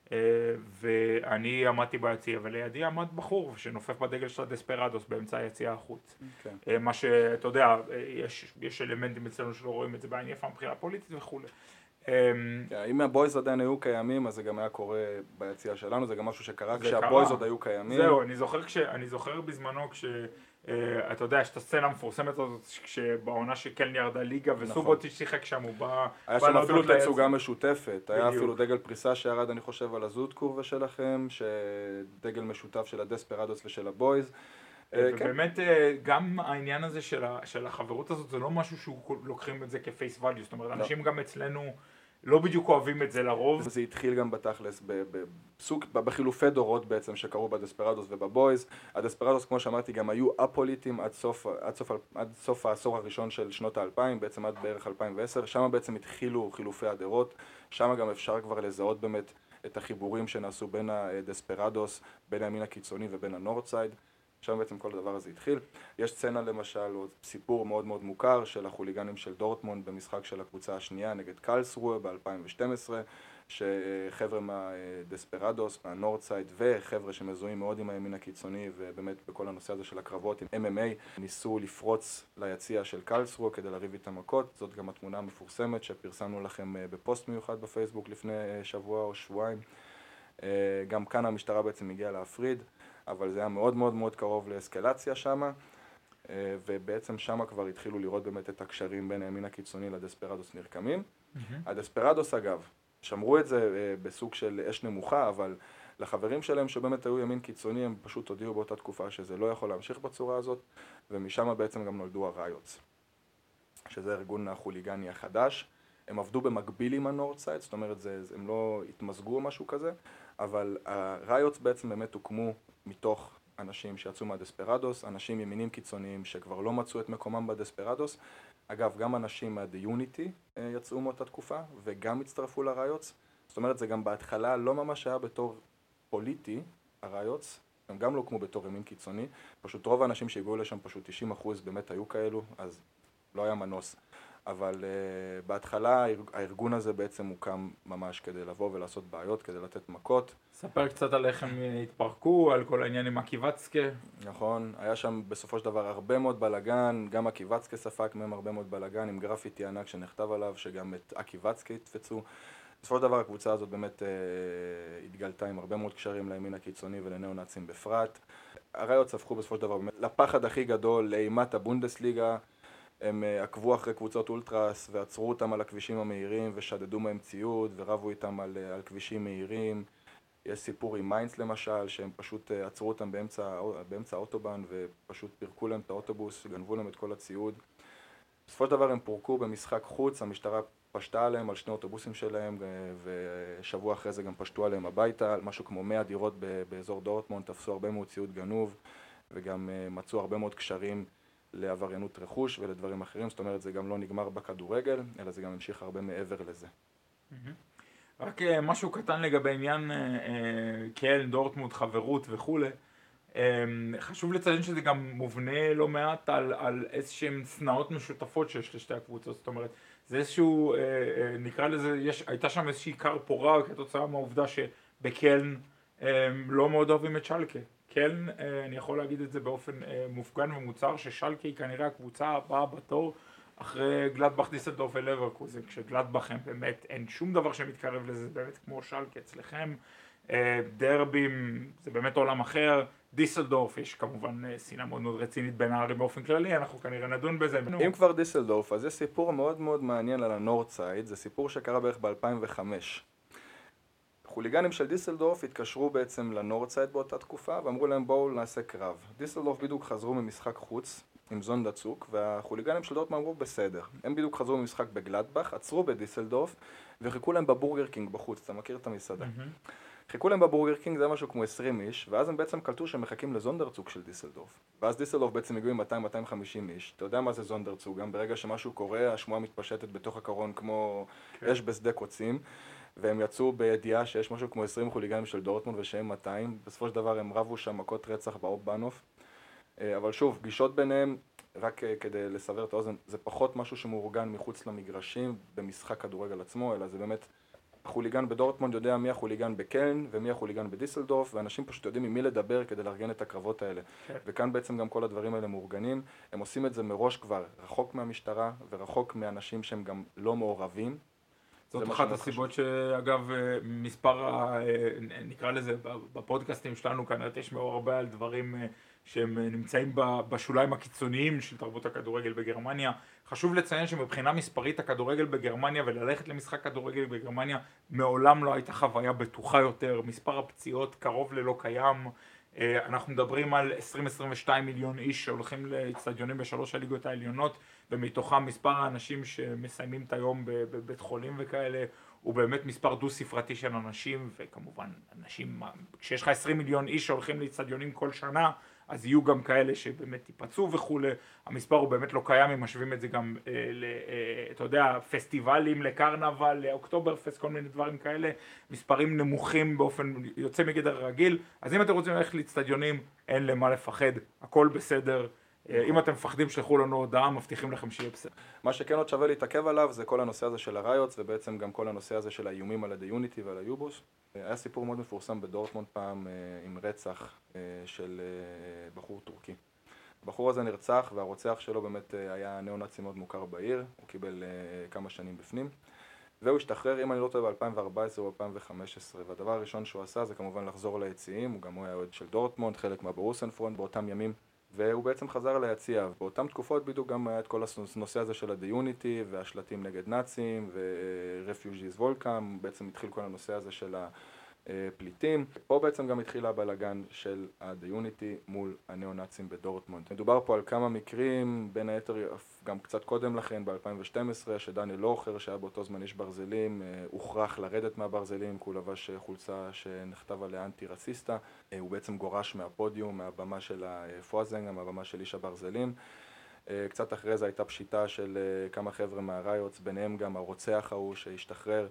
ואני עמדתי ביציע, ולידי עמד בחור שנופף בדגל של הדספרדוס באמצע היציע החוץ. Okay. מה שאתה יודע, יש, יש אלמנטים אצלנו שלא רואים את זה בעין יפה מבחינה פוליטית וכו'. אם הבויז עדיין היו קיימים, אז זה גם היה קורה ביציע שלנו, זה גם משהו שקרה כשהבויז עוד היו קיימים. זהו, אני זוכר, כש, אני זוכר בזמנו כש... אתה יודע, יש את הסצנה המפורסמת הזאת כשבעונה שקלן ירדה ליגה וסובוטיץ' שיחק שם, הוא בא... היה שם אפילו תצוגה משותפת, היה אפילו דגל פריסה שירד, אני חושב, על הזוד קורבה שלכם, שדגל משותף של הדספרדוס ושל הבויז. ובאמת גם העניין הזה של החברות הזאת, זה לא משהו שלוקחים את זה כפייס ואליו, זאת אומרת, אנשים גם אצלנו לא בדיוק אוהבים את זה לרוב. זה התחיל גם בתכלס, בסוג, בחילופי דורות בעצם שקרו בדספרדוס ובבויז. הדספרדוס, כמו שאמרתי, גם היו אפוליטים עד סוף, עד סוף, עד סוף העשור הראשון של שנות האלפיים, בעצם עד בערך אלפיים ועשר. שם בעצם התחילו חילופי הדורות. שם גם אפשר כבר לזהות באמת את החיבורים שנעשו בין הדספרדוס, בין הימין הקיצוני ובין הנורדסייד. שם בעצם כל הדבר הזה התחיל. יש סצנה למשל, או סיפור מאוד מאוד מוכר של החוליגנים של דורטמונד במשחק של הקבוצה השנייה נגד קלסרואה ב-אלפיים ושתים עשרה, שחבר'ה מהדספרדוס, מהנורדסייד וחבר'ה שמזוהים מאוד עם הימין הקיצוני ובאמת בכל הנושא הזה של הקרבות עם אם אם איי ניסו לפרוץ ליציע של קלסרואה כדי לריב איתם מכות. זאת גם התמונה המפורסמת שפרסמנו לכם בפוסט מיוחד בפייסבוק לפני שבוע או שבועיים. גם כאן המשטרה בעצם הגיעה להפריד, אבל זה היה מאוד מאוד מאוד קרוב לאסקלציה שמה, ובעצם שמה כבר התחילו לראות באמת את הקשרים בין הימין הקיצוני לדספרדוס נרקמים. Mm-hmm. הדספרדוס אגב, שמרו את זה בסוג של אש נמוכה, אבל לחברים שלהם שבאמת היו ימין קיצוני, הם פשוט הודיעו באותה תקופה שזה לא יכול להמשיך בצורה הזאת, ומשם בעצם גם נולדו הראיוטס, שזה ארגון החוליגני החדש. הם עבדו במקביל עם הנורדסייד, זאת אומרת, זה, הם לא התמזגו או משהו כזה, אבל הראיוטס בעצם באמת הוקמו מתוך אנשים שיצאו מהדספרדוס, אנשים ימינים קיצוניים שכבר לא מצאו את מקומם בדספרדוס. אגב, גם אנשים מהדיוניטי יצאו מאותה תקופה וגם הצטרפו לראיוטס. זאת אומרת, זה גם בהתחלה לא ממש היה בתור פוליטי, הראיוטס, הם גם לא הוקמו בתור ימין קיצוני, פשוט רוב האנשים שהגיעו לשם, פשוט תשעים אחוז באמת היו כאלו, אז לא היה מנוס. אבל uh, בהתחלה הארגון הזה בעצם הוקם ממש כדי לבוא ולעשות בעיות, כדי לתת מכות. ספר קצת על איך הם התפרקו, על כל העניין עם הקיבצקה. נכון, היה שם בסופו של דבר הרבה מאוד בלגן, גם הקיבצקה ספק מהם הרבה מאוד בלגן, עם גרפיטי ענק שנכתב עליו, שגם את הקיבצקה התפצו. בסופו של דבר הקבוצה הזאת באמת uh, התגלתה עם הרבה מאוד קשרים לימין הקיצוני ולנאו-נאצים בפרט. הראיוטס הפכו בסופו של דבר באמת לפחד הכי גדול, לאימת הבונדסליגה. הם עקבו אחרי קבוצות אולטרס ועצרו אותם על הכבישים המהירים ושדדו מהם ציוד ורבו איתם על, על כבישים מהירים. יש סיפור עם מיינץ למשל, שהם פשוט עצרו אותם באמצע, באמצע האוטובן ופשוט פירקו להם את האוטובוס, גנבו להם את כל הציוד. בסופו של דבר הם פורקו במשחק חוץ, המשטרה פשטה עליהם על שני אוטובוסים שלהם ושבוע אחרי זה גם פשטו עליהם הביתה, על משהו כמו מאה דירות באזור דורטמונד, תפסו הרבה מאוד ציוד גנוב וגם מצאו הרבה מאוד קשרים לעבריינות רכוש ולדברים אחרים. זאת אומרת, זה גם לא נגמר בכדורגל, אלא זה גם המשיך הרבה מעבר לזה. רק משהו קטן לגבי עניין קלן, דורטמונד, חברות וכו'. חשוב לציין שזה גם מובנה לא מעט על, על איזשהם סנאות משותפות שיש לשתי הקבוצות. זאת אומרת, זה איזשהו, נקרא לזה, יש, הייתה שם איזושהי קר פורה כתוצאה מהעובדה שבקלן לא מאוד אוהבים את שלקה. כן, אני יכול להגיד את זה באופן מופגן ומוצר, ששלקה היא כנראה הקבוצה הבאה בתור אחרי גלדבך, דיסלדורף ולברקוזן, כשגלדבך הם באמת, אין שום דבר שמתקרב לזה, זה באמת כמו שלקה אצלכם. דרבים זה באמת עולם אחר, דיסלדורף יש כמובן שנאה מאוד מאוד רצינית בין הערים באופן כללי, אנחנו כנראה נדון בזה. אם כבר דיסלדורף, אז יש סיפור מאוד מאוד מעניין על הנורדסייד, זה סיפור שקרה בערך ב-אלפיים וחמש. חוליגנים של דיסלדורף התקשרו בעצם לנורדסייד באותה תקופה ואמרו להם בואו נעשה קרב. דיסלדורף בדיוק חזרו ממשחק חוץ עם זונדה צוק, והחוליגנים של דורטמונד אמרו בסדר. הם בדיוק חזרו ממשחק בגלדבך, עצרו בדיסלדורף וחיכו להם בבורגר קינג בחוץ, אתה מכיר את המסעדה? Mm-hmm. חיכו להם בבורגר קינג, זה היה משהו כמו עשרים איש, ואז הם בעצם קלטו שהם מחכים לזונדרצוג של דיסלדורף. ואז דיסלדורף בעצם הגיעו עם מאתיים עד מאתיים וחמישים איש. אתה יודע מה זה זונדרצוג, גם ברגע שמשהו קורה, השמועה מתפשטת בתוך הקרון כמו okay. אש בשדה קוצים, והם יצאו בידיעה שיש משהו כמו עשרים חוליגנים של דורטמונד ושהם מאתיים. בסופו של דבר הם רבו שם מכות רצח באופ בנוף. אבל שוב, פגישות ביניהם, רק כדי לסבר את האוזן, זה פחות משהו שמאורגן מחוץ למגרשים במשחק כדורגל עצמו, אלא זה באמת החוליגן בדורטמונד יודע מי החוליגן בקלן ומי החוליגן בדיסלדורף, ואנשים פשוט יודעים עם מי לדבר כדי לארגן את הקרבות האלה. Okay. וכאן בעצם גם כל הדברים האלה מאורגנים. הם עושים את זה מראש כבר, רחוק מהמשטרה ורחוק מאנשים שהם גם לא מעורבים. זאת אחת הסיבות שאגב מספר, נקרא לזה, בפודקאסטים שלנו כנראה תשמעו הרבה על דברים שהם נמצאים בשוליים הקיצוניים של תרבות הכדורגל בגרמניה. חשוב לציין שמבחינה מספרית הכדורגל בגרמניה וללכת למשחק כדורגל בגרמניה מעולם לא הייתה חוויה בטוחה יותר, מספר הפציעות קרוב ללא קיים. אנחנו מדברים על עשרים עד עשרים ושתיים מיליון איש שהולכים לאצטדיונים בשלוש הליגות העליונות, ומתוכם מספר האנשים שמסיימים את היום בבית חולים וכאלה הוא באמת מספר דו ספרתי של אנשים, וכמובן אנשים, כשיש לך עשרים מיליון איש שהולכים לאצטדיונים כל שנה, אז יהיו גם כאלה שבאמת ייפצעו וכו'. המספר הוא באמת לא קיים, אם משווים את זה גם, אה, ל, אה, אתה יודע, פסטיבלים, לקרנבל, לאוקטוברפסט, כל מיני דברים כאלה, מספרים נמוכים באופן יוצא מגדר רגיל. אז אם אתם רוצים ללכת לאצטדיונים, אין למה לפחד, הכל בסדר. אם אתם מפחדים שלחו לנו הודעה, מבטיחים לכם שיהיה בסדר. מה שכן עוד שווה להתעכב עליו זה כל הנושא הזה של הריוטס, ובעצם גם כל הנושא הזה של האיומים על הדיוניטי ועל היובוס. היה סיפור מאוד מפורסם בדורטמונד פעם עם רצח של בחור טורקי. הבחור הזה נרצח, והרוצח שלו באמת היה ניאו-נאצי מאוד מוכר בעיר, הוא קיבל כמה שנים בפנים. והוא השתחרר, אם אני לא טועה, ב-אלפיים וארבע עשרה או אלפיים וחמש עשרה, והדבר הראשון שהוא עשה זה כמובן לחזור ליציעים, הוא גם היה אוהד של דורטמונד, חלק מהברוסנפרונט באותם ימים. והוא בעצם חזר ליציע, באותם תקופות בדיוק גם היה את כל הנושא הזה של הדיוניטי והשלטים נגד נאצים ורפיוג'יז וולקאם, בעצם התחיל כל הנושא הזה של הפליטים. פה בעצם גם התחיל הבלגן של הדיוניטי מול הניאו-נאצים בדורטמונד. מדובר פה על כמה מקרים, בין היתר גם קצת קודם לכן ב-אלפיים ושתים עשרה, שדניאל לוכר שהיה באותו זמן איש ברזלים, הוכרח לרדת מהברזלים, כי הוא לבש חולצה שנכתב עליה אנטי-רסיסטה. הוא בעצם גורש מהפודיום, מהבמה של הפואזנג, מהבמה של איש הברזלים. קצת אחרי זה הייתה פשיטה של כמה חבר'ה מהריוטס, ביניהם גם הרוצח ההוא שהשתחרר.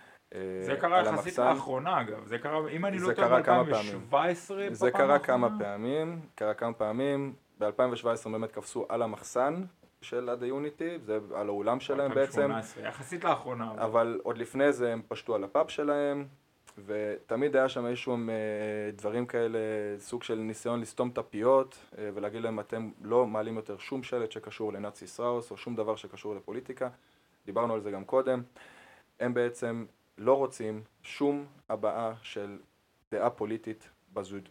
זה קרה יחסית לאחרונה אגב, זה קרה, אם אני לא טועה ב-אלפיים ושבע עשרה זה קרה כמה פעמים, קרה כמה פעמים, ב-אלפיים ושבע עשרה באמת קפסו על המחסן של הדיוניטי, זה על האולם שלהם בעצם, יחסית לאחרונה, אבל עוד לפני זה הם פשטו על הפאב שלהם, ותמיד היה שם איזשהו דברים כאלה, סוג של ניסיון לסתום את הפיות ולהגיד להם אתם לא מעלים יותר שום שלט שקשור לנאצי סטראוס או שום דבר שקשור לפוליטיקה, דיברנו על זה גם קודם. הם בעצם לא רוצים שום הבעה של דעה פוליטית בזוד,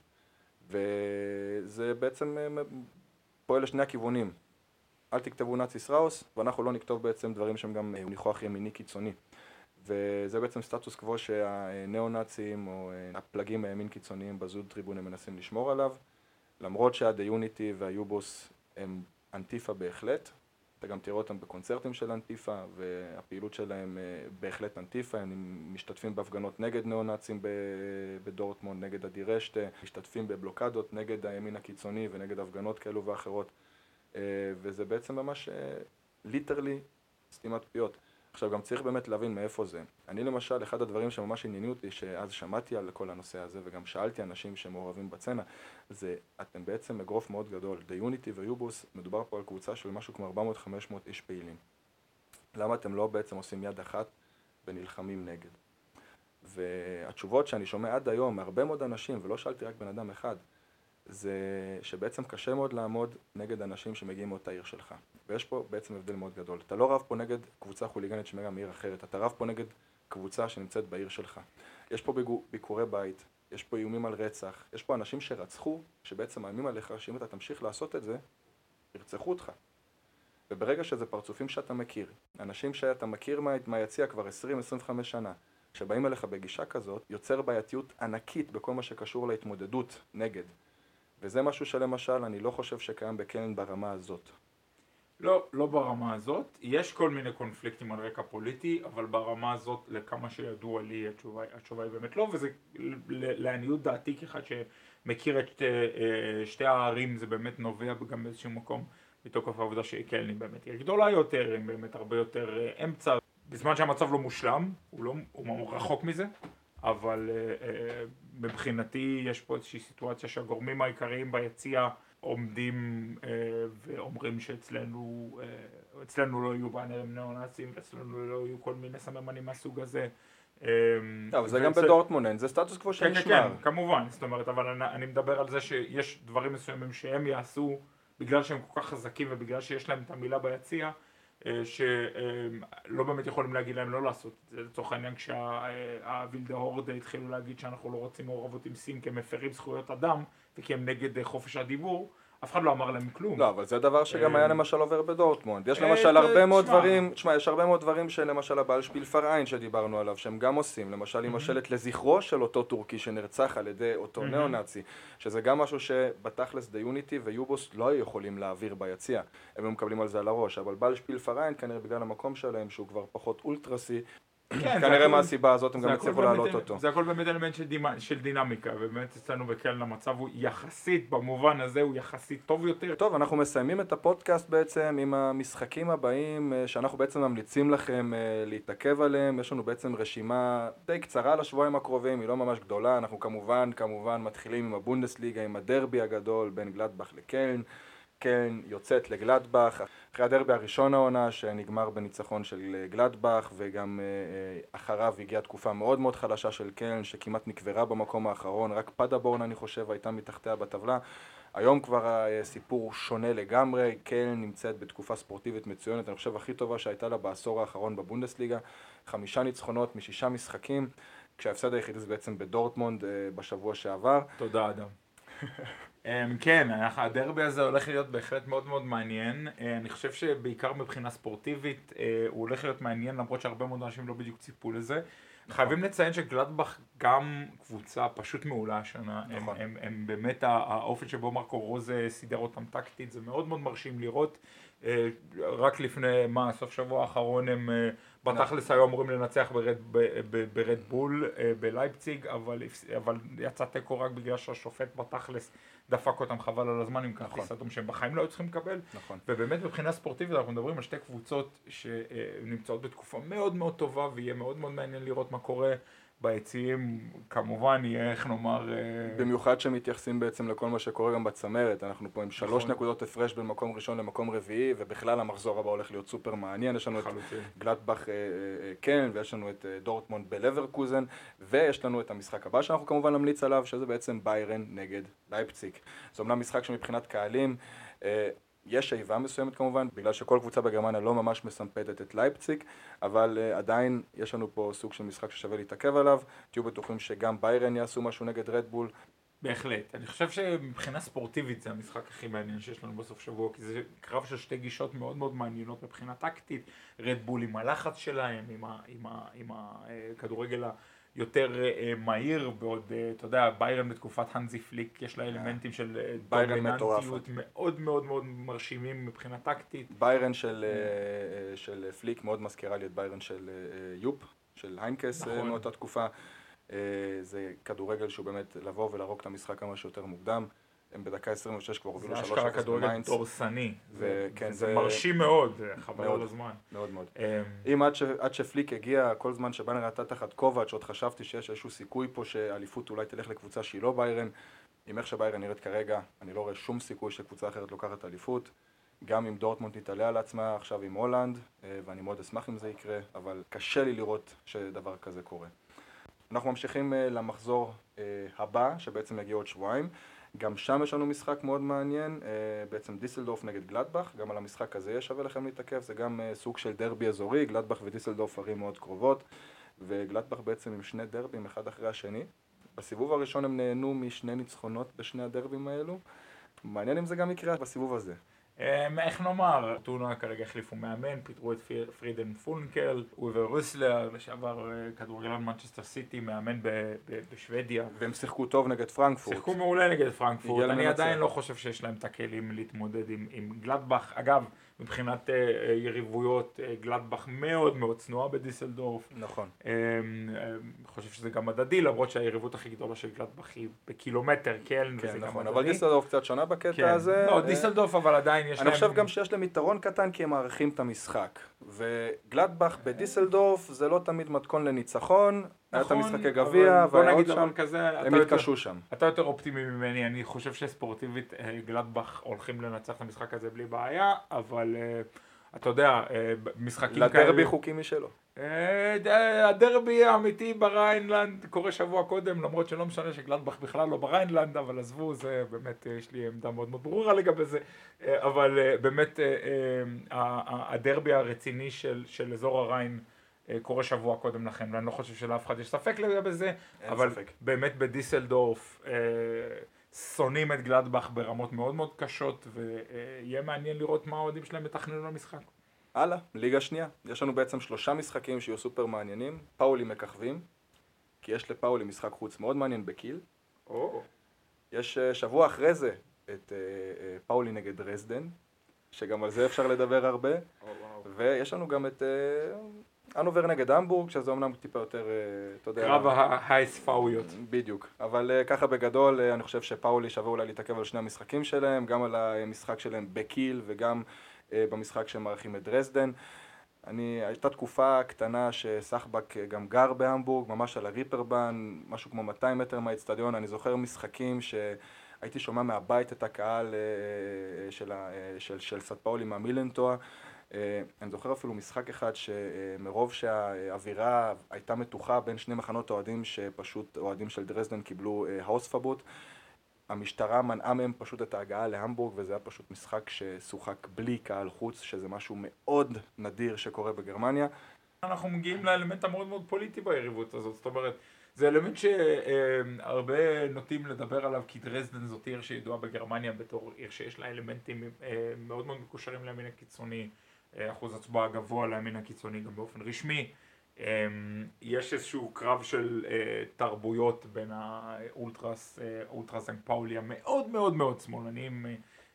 וזה בעצם פועל לשני הכיוונים. אל תכתבו נאצי סטראוס, ואנחנו לא נכתוב בעצם דברים שהם גם ניחוח ימיני קיצוני. וזה בעצם סטטוס קוו שהניאו-נאצים או הפלגים הימין קיצוניים בזוד טריבון מנסים לשמור עליו, למרות שהדיוניטי והיובוס הם אנטיפה בהחלט. אתה גם תראה אותם בקונצרטים של אנטיפה, והפעילות שלהם בהחלט אנטיפה, הם משתתפים בהפגנות נגד ניאו-נאצים בדורטמונד, נגד הדירשטה, משתתפים בבלוקדות נגד הימין הקיצוני ונגד הפגנות כאלו ואחרות, וזה בעצם ממש ליטרלי סתימת פיות. עכשיו גם צריך באמת להבין מאיפה זה. אני למשל, אחד הדברים שממש עניינו אותי, שאז שמעתי על כל הנושא הזה וגם שאלתי אנשים שמעורבים בצנה, זה אתם בעצם אגרוף מאוד גדול. דיוניטי ויובוס, מדובר פה על קבוצה של משהו כמו ארבע מאות עד חמש מאות איש פעילים. למה אתם לא בעצם עושים יד אחת ונלחמים נגד? והתשובות שאני שומע עד היום מהרבה מאוד אנשים, ולא שאלתי רק בן אדם אחד, זה שבעצם קשה מאוד לעמוד נגד אנשים שמגיעים מאותה עיר שלך. ויש פה בעצם הבדל מאוד גדול. אתה לא רב פה נגד קבוצה חוליגנית שמגיעה מעיר אחרת, אתה רב פה נגד קבוצה שנמצאת בעיר שלך. יש פה ביקורי בית, יש פה איומים על רצח, יש פה אנשים שרצחו, שבעצם מאיימים עליך שאם אתה תמשיך לעשות את זה, ירצחו אותך. וברגע שזה פרצופים שאתה מכיר, אנשים שאתה מכיר מהיציע כבר עשרים עשרים וחמש שנה, שבאים אליך בגישה כזאת, יוצר בעייתיות ענקית בכל מה שקשור להתמודדות נגד. וזה משהו שלמשל אני לא חושב שקיים בקלן ברמה הזאת. לא, לא ברמה הזאת. יש כל מיני קונפליקטים על רקע פוליטי, אבל ברמה הזאת, לכמה שידוע לי, התשובה, התשובה היא באמת לא, וזה לעניות דעתי כאחד שמכיר את שתי הערים, זה באמת נובע גם באיזשהו מקום מתוקף העובדה שקלן היא באמת עיר גדולה יותר, היא באמת הרבה יותר אמצע, בזמן שהמצב לא מושלם, הוא, לא, הוא רחוק מזה, אבל מבחינתי יש פה איזושהי סיטואציה שהגורמים העיקריים ביציע עומדים אה, ואומרים שאצלנו אה, אצלנו לא יהיו באנרים נאו-נאצים ואצלנו לא יהיו כל מיני סממנים מהסוג הזה. אה, אבל זה גם בדורטמונד, זה סטטוס קוו שנשמר. כן, כן, כמובן, זאת אומרת, אבל אני, אני מדבר על זה שיש דברים מסוימים שהם יעשו בגלל שהם כל כך חזקים ובגלל שיש להם את המילה ביציע, שלא באמת יכולים להגיד להם לא לעשות את זה. לצורך העניין כשהווילדה הורד התחילו להגיד שאנחנו לא רוצים מעורבות עם סין כי הם מפרים זכויות אדם וכי הם נגד חופש הדיבור, אף אחד לא אמר להם כלום. לא, אבל זה דבר שגם היה למשל עובר בדורטמונד. יש למשל הרבה מאוד דברים, תשמע, יש הרבה מאוד דברים שלמשל הבעל שפיל פרעין שדיברנו עליו, שהם גם עושים, למשל עם השלט לזכרו של אותו טורקי שנרצח על ידי אותו ניאו-נאצי, שזה גם משהו שבתכלס דה יוניטי ויובוס לא היו יכולים להעביר ביציע, הם מקבלים על זה על הראש, אבל בעל שפיל פרעין כנראה בגלל המקום שלהם שהוא כבר פחות אולטרסי, כנראה מהסיבה הזאת הם גם הצליחו להעלות אותו. זה הכל באמת אלמנט של דינמיקה, ובאמת אצלנו בקלן המצב הוא יחסית, במובן הזה הוא יחסית טוב יותר. טוב, אנחנו מסיימים את הפודקאסט בעצם עם המשחקים הבאים שאנחנו בעצם ממליצים לכם להתעכב עליהם. יש לנו בעצם רשימה די קצרה לשבועיים הקרובים, היא לא ממש גדולה. אנחנו כמובן, כמובן מתחילים עם הבונדסליגה, עם הדרבי הגדול בין גלדבך לקלן. קלן יוצאת לגלדבך, אחרי הדרבי הראשון העונה שנגמר בניצחון של גלדבך, וגם אחריו הגיעה תקופה מאוד מאוד חלשה של קלן שכמעט נקברה במקום האחרון, רק פדבורן אני חושב הייתה מתחתיה בטבלה. היום כבר הסיפור שונה לגמרי, קלן נמצאת בתקופה ספורטיבית מצוינת, אני חושב הכי טובה שהייתה לה בעשור האחרון בבונדסליגה, חמישה ניצחונות משישה משחקים, כשההפסד היחידי זה בעצם בדורטמונד בשבוע שעבר. תודה אדם. כן, הדרבי הזה הולך להיות בהחלט מאוד מאוד מעניין. אני חושב שבעיקר מבחינה ספורטיבית הוא הולך להיות מעניין, למרות שהרבה מאוד אנשים לא בדיוק ציפו לזה. חייבים לציין שגלדבך גם קבוצה פשוט מעולה השנה. נכון. הם, הם באמת, האופן שבו מרקו רוזה סידר אותם טקטית, זה מאוד מאוד מרשים לראות. רק לפני, מה, סוף שבוע האחרון הם בתכלס היו אמורים לנצח ברד, ברד בול בלייפציג, אבל, אבל יצא תיקו רק בגלל שהשופט בתכלס דפק אותם חבל על הזמן עם כרטיס אדום שהם בחיים לא היו צריכים לקבל. נכון. ובאמת מבחינה ספורטיבית אנחנו מדברים על שתי קבוצות שנמצאות בתקופה מאוד מאוד טובה, ויהיה מאוד מאוד מעניין לראות מה קורה ביציעים. כמובן יהיה, איך נאמר, במיוחד שמתייחסים בעצם לכל מה שקורה גם בצמרת. אנחנו פה עם שלוש נקודות הפרש בין מקום ראשון למקום רביעי, ובכלל המחזור הבא הולך להיות סופר מעניין. יש לנו את גלדבך קלן, ויש לנו את דורטמונד בלברקוזן, ויש לנו את המשחק הבא שאנחנו כמובן נמליץ עליו, שזה בעצם ביירן נגד לייפציג. זה אומנם משחק שמבחינת קהלים יש איבה מסוימת כמובן, בגלל שכל קבוצה בגרמניה לא ממש מסמפתת את לייפציג, אבל uh, עדיין יש לנו פה סוג של משחק ששווה להתעכב עליו. תהיו בטוחים שגם ביירן יעשו משהו נגד רדבול. בהחלט. אני חושב שמבחינה ספורטיבית זה המשחק הכי מעניין שיש לנו בסוף שבוע, כי זה קרב של שתי גישות מאוד מאוד מעניינות מבחינה טקטית. רדבול עם הלחץ שלהם, עם, ה, עם, ה, עם הכדורגל יותר מהיר, בעוד, אתה יודע, ביירן בתקופת הנזי פליק יש לה אלמנטים של דומיננטיות מאוד מאוד מאוד מרשימים מבחינה טקטית. ביירן של, של פליק מאוד מזכירה לי את ביירן של יופ, של היינקס מאותה תקופה. זה כדורגל שהוא באמת לבוא ולהרוג את המשחק כמה שיותר מוקדם. הם בדקה עשרים ושש כבר הובילו שלוש אפס במיינץ. זה אשכרה כדורגל דורסני. זה, כן, זה, זה מרשים מאוד, חבל על הזמן. מאוד מאוד. אם עד, ש, עד שפליק הגיע, כל זמן שבאנר הייתה תחת קובץ' שעוד חשבתי שיש איזשהו סיכוי פה שהאליפות אולי תלך לקבוצה שהיא לא ביירן. עם איך שביירן נראית כרגע, אני לא רואה שום סיכוי שקבוצה אחרת לוקחת אליפות. גם אם דורטמונד תתעלה על עצמה עכשיו עם הולנד, ואני מאוד אשמח אם זה יקרה, אבל קשה לי לראות שדבר כזה קורה. אנחנו ממשיכים למחזור הבא, שבעצם יגיע עוד שבועיים. גם שם יש לנו משחק מאוד מעניין, בעצם דיסלדורף נגד גלדבך, גם על המשחק הזה יש שווה לכם להתעכב, זה גם סוג של דרבי אזורי, גלדבך ודיסלדורף ערים מאוד קרובות, וגלדבך בעצם עם שני דרבים אחד אחרי השני. בסיבוב הראשון הם נהנו משני ניצחונות בשני הדרבים האלו, מעניין אם זה גם יקרה בסיבוב הזה. איך נאמר, טונה כרגע החליפו מאמן, פיתרו את פרידן פונקל, אובר רוסלר, לשעבר כדורגלן מנצ'סטר סיטי, מאמן בשוודיה. והם שיחקו טוב נגד פרנקפורט. שיחקו מעולה נגד פרנקפורט, אני עדיין לא חושב שיש להם את הכלים להתמודד עם, עם גלדבך. אגב, מבחינת uh, יריבויות, uh, גלדבך מאוד מאוד צנועה בדיסלדורף. נכון. אני um, uh, חושב שזה גם מדדי, למרות שהיריבות הכי גדולה של גלדבך היא בקילומטר, כן, כן וזה נכון, גם אבל דיסלדורף קצת שונה בקטע כן. הזה. לא, דיסלדורף אבל עדיין יש אני להם... חושב גם שיש להם יתרון קטן כי הם מעריכים את המשחק. וגלדבך בדיסלדורף זה לא תמיד מתכון לניצחון, היה את המשחקי גביע, והיה עוד שם, הם התקשו שם. אתה יותר אופטימי ממני, אני חושב שספורטיבית גלדבך הולכים לנצח את המשחק הזה בלי בעיה, אבל אתה יודע, משחקים כאלה... לדרבי חוקי משלו. הדרבי האמיתי בריינלנד קורה שבוע קודם, למרות שלא משנה שגלדבך בכלל לא בריינלנד, אבל עזבו, זה באמת, יש לי עמדה מאוד מאוד ברורה לגבי זה, אבל באמת הדרבי הרציני של, של אזור הריין קורה שבוע קודם לכן, ואני לא חושב שלאף אחד יש ספק לגבי זה, אבל ספק. באמת בדיסלדורף שונאים את גלדבך ברמות מאוד מאוד קשות, ויהיה מעניין לראות מה האוהדים שלהם מתכננו למשחק. הלאה, ליגה שנייה. יש לנו בעצם שלושה משחקים שיהיו סופר מעניינים. פאולי מככבים, כי יש לפאולי משחק חוץ מאוד מעניין בקיל. Oh. יש שבוע אחרי זה את uh, uh, פאולי נגד דרזדן, שגם על זה אפשר לדבר הרבה. Oh, wow. ויש לנו גם את uh, אנובר נגד המבורג, שזה אומנם טיפה יותר, uh, אתה יודע... קרב האספאויות. בדיוק. אבל uh, ככה בגדול, uh, אני חושב שפאולי שווה אולי להתעכב על שני המשחקים שלהם, גם על המשחק שלהם בקיל וגם... במשחק שהם מארחים את דרזדן. אני, הייתה תקופה קטנה שסחבק גם גר בהמבורג, ממש על הריפרבן, משהו כמו מאתיים מטר מהאצטדיון. אני זוכר משחקים שהייתי שומע מהבית את הקהל של, של, של סט פאולי מהמילנטוע. אני זוכר אפילו משחק אחד שמרוב שהאווירה הייתה מתוחה בין שני מחנות אוהדים, שפשוט אוהדים של דרזדן קיבלו האוספבוט. המשטרה מנעה מהם פשוט את ההגעה להמבורג, וזה היה פשוט משחק ששוחק בלי קהל חוץ, שזה משהו מאוד נדיר שקורה בגרמניה. אנחנו מגיעים לאלמנט המאוד מאוד פוליטי ביריבות הזאת, זאת אומרת, זה אלמנט שהרבה נוטים לדבר עליו, כי דרזדן זאת עיר שידועה בגרמניה בתור עיר שיש לה אלמנטים מאוד מאוד מקושרים לימין הקיצוני, אחוז הצבעה גבוה לימין הקיצוני גם באופן רשמי. יש איזשהו קרב של תרבויות בין האולטרס, אולטרס זנג פאולי המאוד מאוד מאוד שמאלנים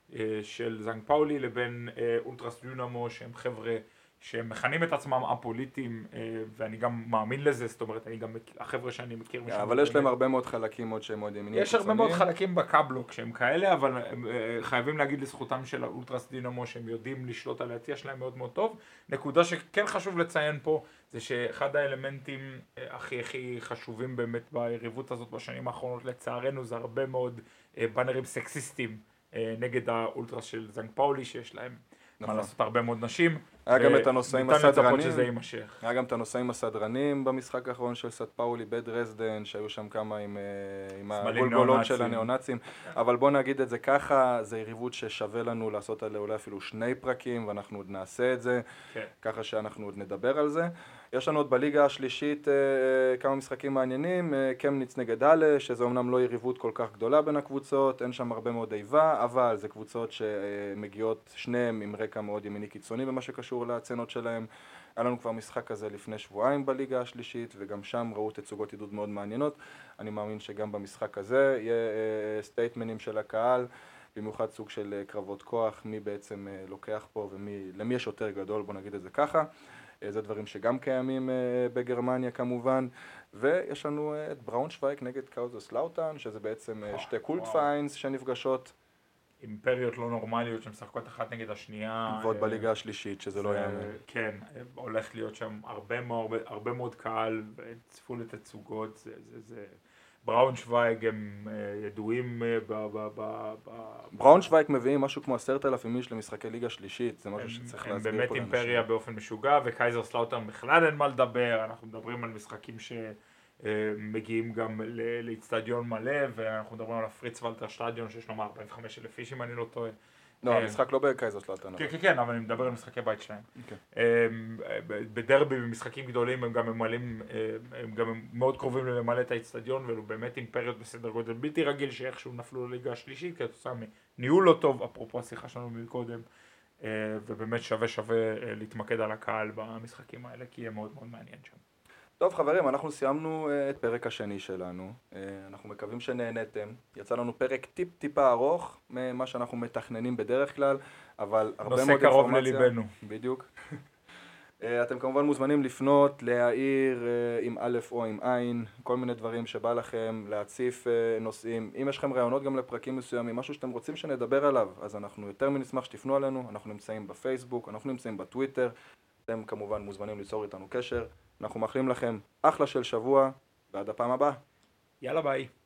של זנג פאולי לבין אולטרס דיונמו, שהם חבר'ה שהם מכנים את עצמם הפוליטיים, ואני גם מאמין לזה, זאת אומרת, אני גם, החבר'ה שאני מכיר משם... אבל יש להם הרבה מאוד חלקים עוד שהם מאוד ימינים. יש הרבה מאוד חלקים בקאבלוק שהם כאלה, אבל חייבים להגיד לזכותם של האולטרס דינמו שהם יודעים לשלוט על העטייה שלהם מאוד מאוד טוב. נקודה שכן חשוב לציין פה, זה שאחד האלמנטים הכי הכי חשובים באמת ביריבות הזאת בשנים האחרונות, לצערנו, זה הרבה מאוד בנרים סקסיסטים נגד האולטרס של זנג פאולי, שיש להם מה לעשות הרבה מאוד נשים. היה גם את הנושא עם הסדרנים, שזה יימשך. היה גם את הנושא עם הסדרנים במשחק האחרון של סט פאולי בדרזדן, שהיו שם כמה עם, עם הגולגולות של הניאו-נאצים, אבל בוא נגיד את זה ככה, זה יריבות ששווה לנו לעשות עליה אולי אפילו שני פרקים, ואנחנו עוד נעשה את זה, כן. ככה שאנחנו עוד נדבר על זה. יש לנו עוד בליגה השלישית כמה משחקים מעניינים, קמניץ נגד הלה, שזה אומנם לא יריבות כל כך גדולה בין הקבוצות, אין שם הרבה מאוד איבה, אבל זה קבוצות שמגיעות שניהם עם רקע מאוד ימיני קיצוני במה שקשור לצנות שלהם. היה לנו כבר משחק כזה לפני שבועיים בליגה השלישית, וגם שם ראו תצוגות עידוד מאוד מעניינות. אני מאמין שגם במשחק הזה יהיה סטייטמנים של הקהל, במיוחד סוג של קרבות כוח, מי בעצם לוקח פה ולמי יש יותר גדול, בוא נגיד את זה ככה. זה דברים שגם קיימים בגרמניה כמובן, ויש לנו את בראונשווייג נגד קאוזרסלאוטרן, שזה בעצם שתי קולט פיינס שנפגשות. אימפריות לא נורמליות שמשחקות אחת נגד השנייה. ועוד בליגה השלישית, שזה לא יאמן. כן, הולך להיות שם הרבה מאוד, הרבה מאוד קהל, וצפו לתצוגות, זה, זה, זה... בראונשווייג הם ידועים ב... ב, ב, ב בראונשווייג מביאים משהו כמו עשרת אלפים איש למשחקי ליגה שלישית, זה משהו שצריך להסביר פה לאנשים. הם באמת אימפריה באופן משוגע, וקייזרסלאוטרן בכלל אין מה לדבר, אנחנו מדברים על משחקים ש... מגיעים גם לאצטדיון מלא, ואנחנו מדברים על הפריץ ולטר שטדיון שיש לו ארבעים וחמישה אלף איש אם אני לא טועה. לא, המשחק לא בקייזרסלאטן. כן, כן, כן, אבל אני מדבר על משחקי בית שלהם. בדרבי במשחקים גדולים הם גם ממלאים, הם גם מאוד קרובים למלא את האצטדיון, ואלו באמת אימפריות בסדר גודל בלתי רגיל שאיכשהו נפלו לליגה השלישית, כתוצאה מניהול לא טוב, אפרופו השיחה שלנו מקודם, ובאמת שווה שווה להתמקד על הקהל במשחקים האלה, כי יהיה מאוד מאוד מעניין שם. טוב חברים, אנחנו סיימנו את פרק השני שלנו, אנחנו מקווים שנהנתם, יצא לנו פרק טיפ טיפה ארוך ממה שאנחנו מתכננים בדרך כלל, אבל הרבה מאוד נושא קרוב לליבנו. בדיוק. אתם כמובן מוזמנים לפנות, להעיר עם א' או עם עין, כל מיני דברים שבא לכם, להציף נושאים. אם יש לכם רעיונות גם לפרקים מסוימים, משהו שאתם רוצים שנדבר עליו, אז אנחנו יותר מנשמח שתפנו עלינו, אנחנו נמצאים בפייסבוק, אנחנו נמצאים בטוויטר, אתם כמובן מוזמנים ליצור איתנו קשר. אנחנו מאחלים לכם אחלה של שבוע, ועד הפעם הבאה. יאללה ביי.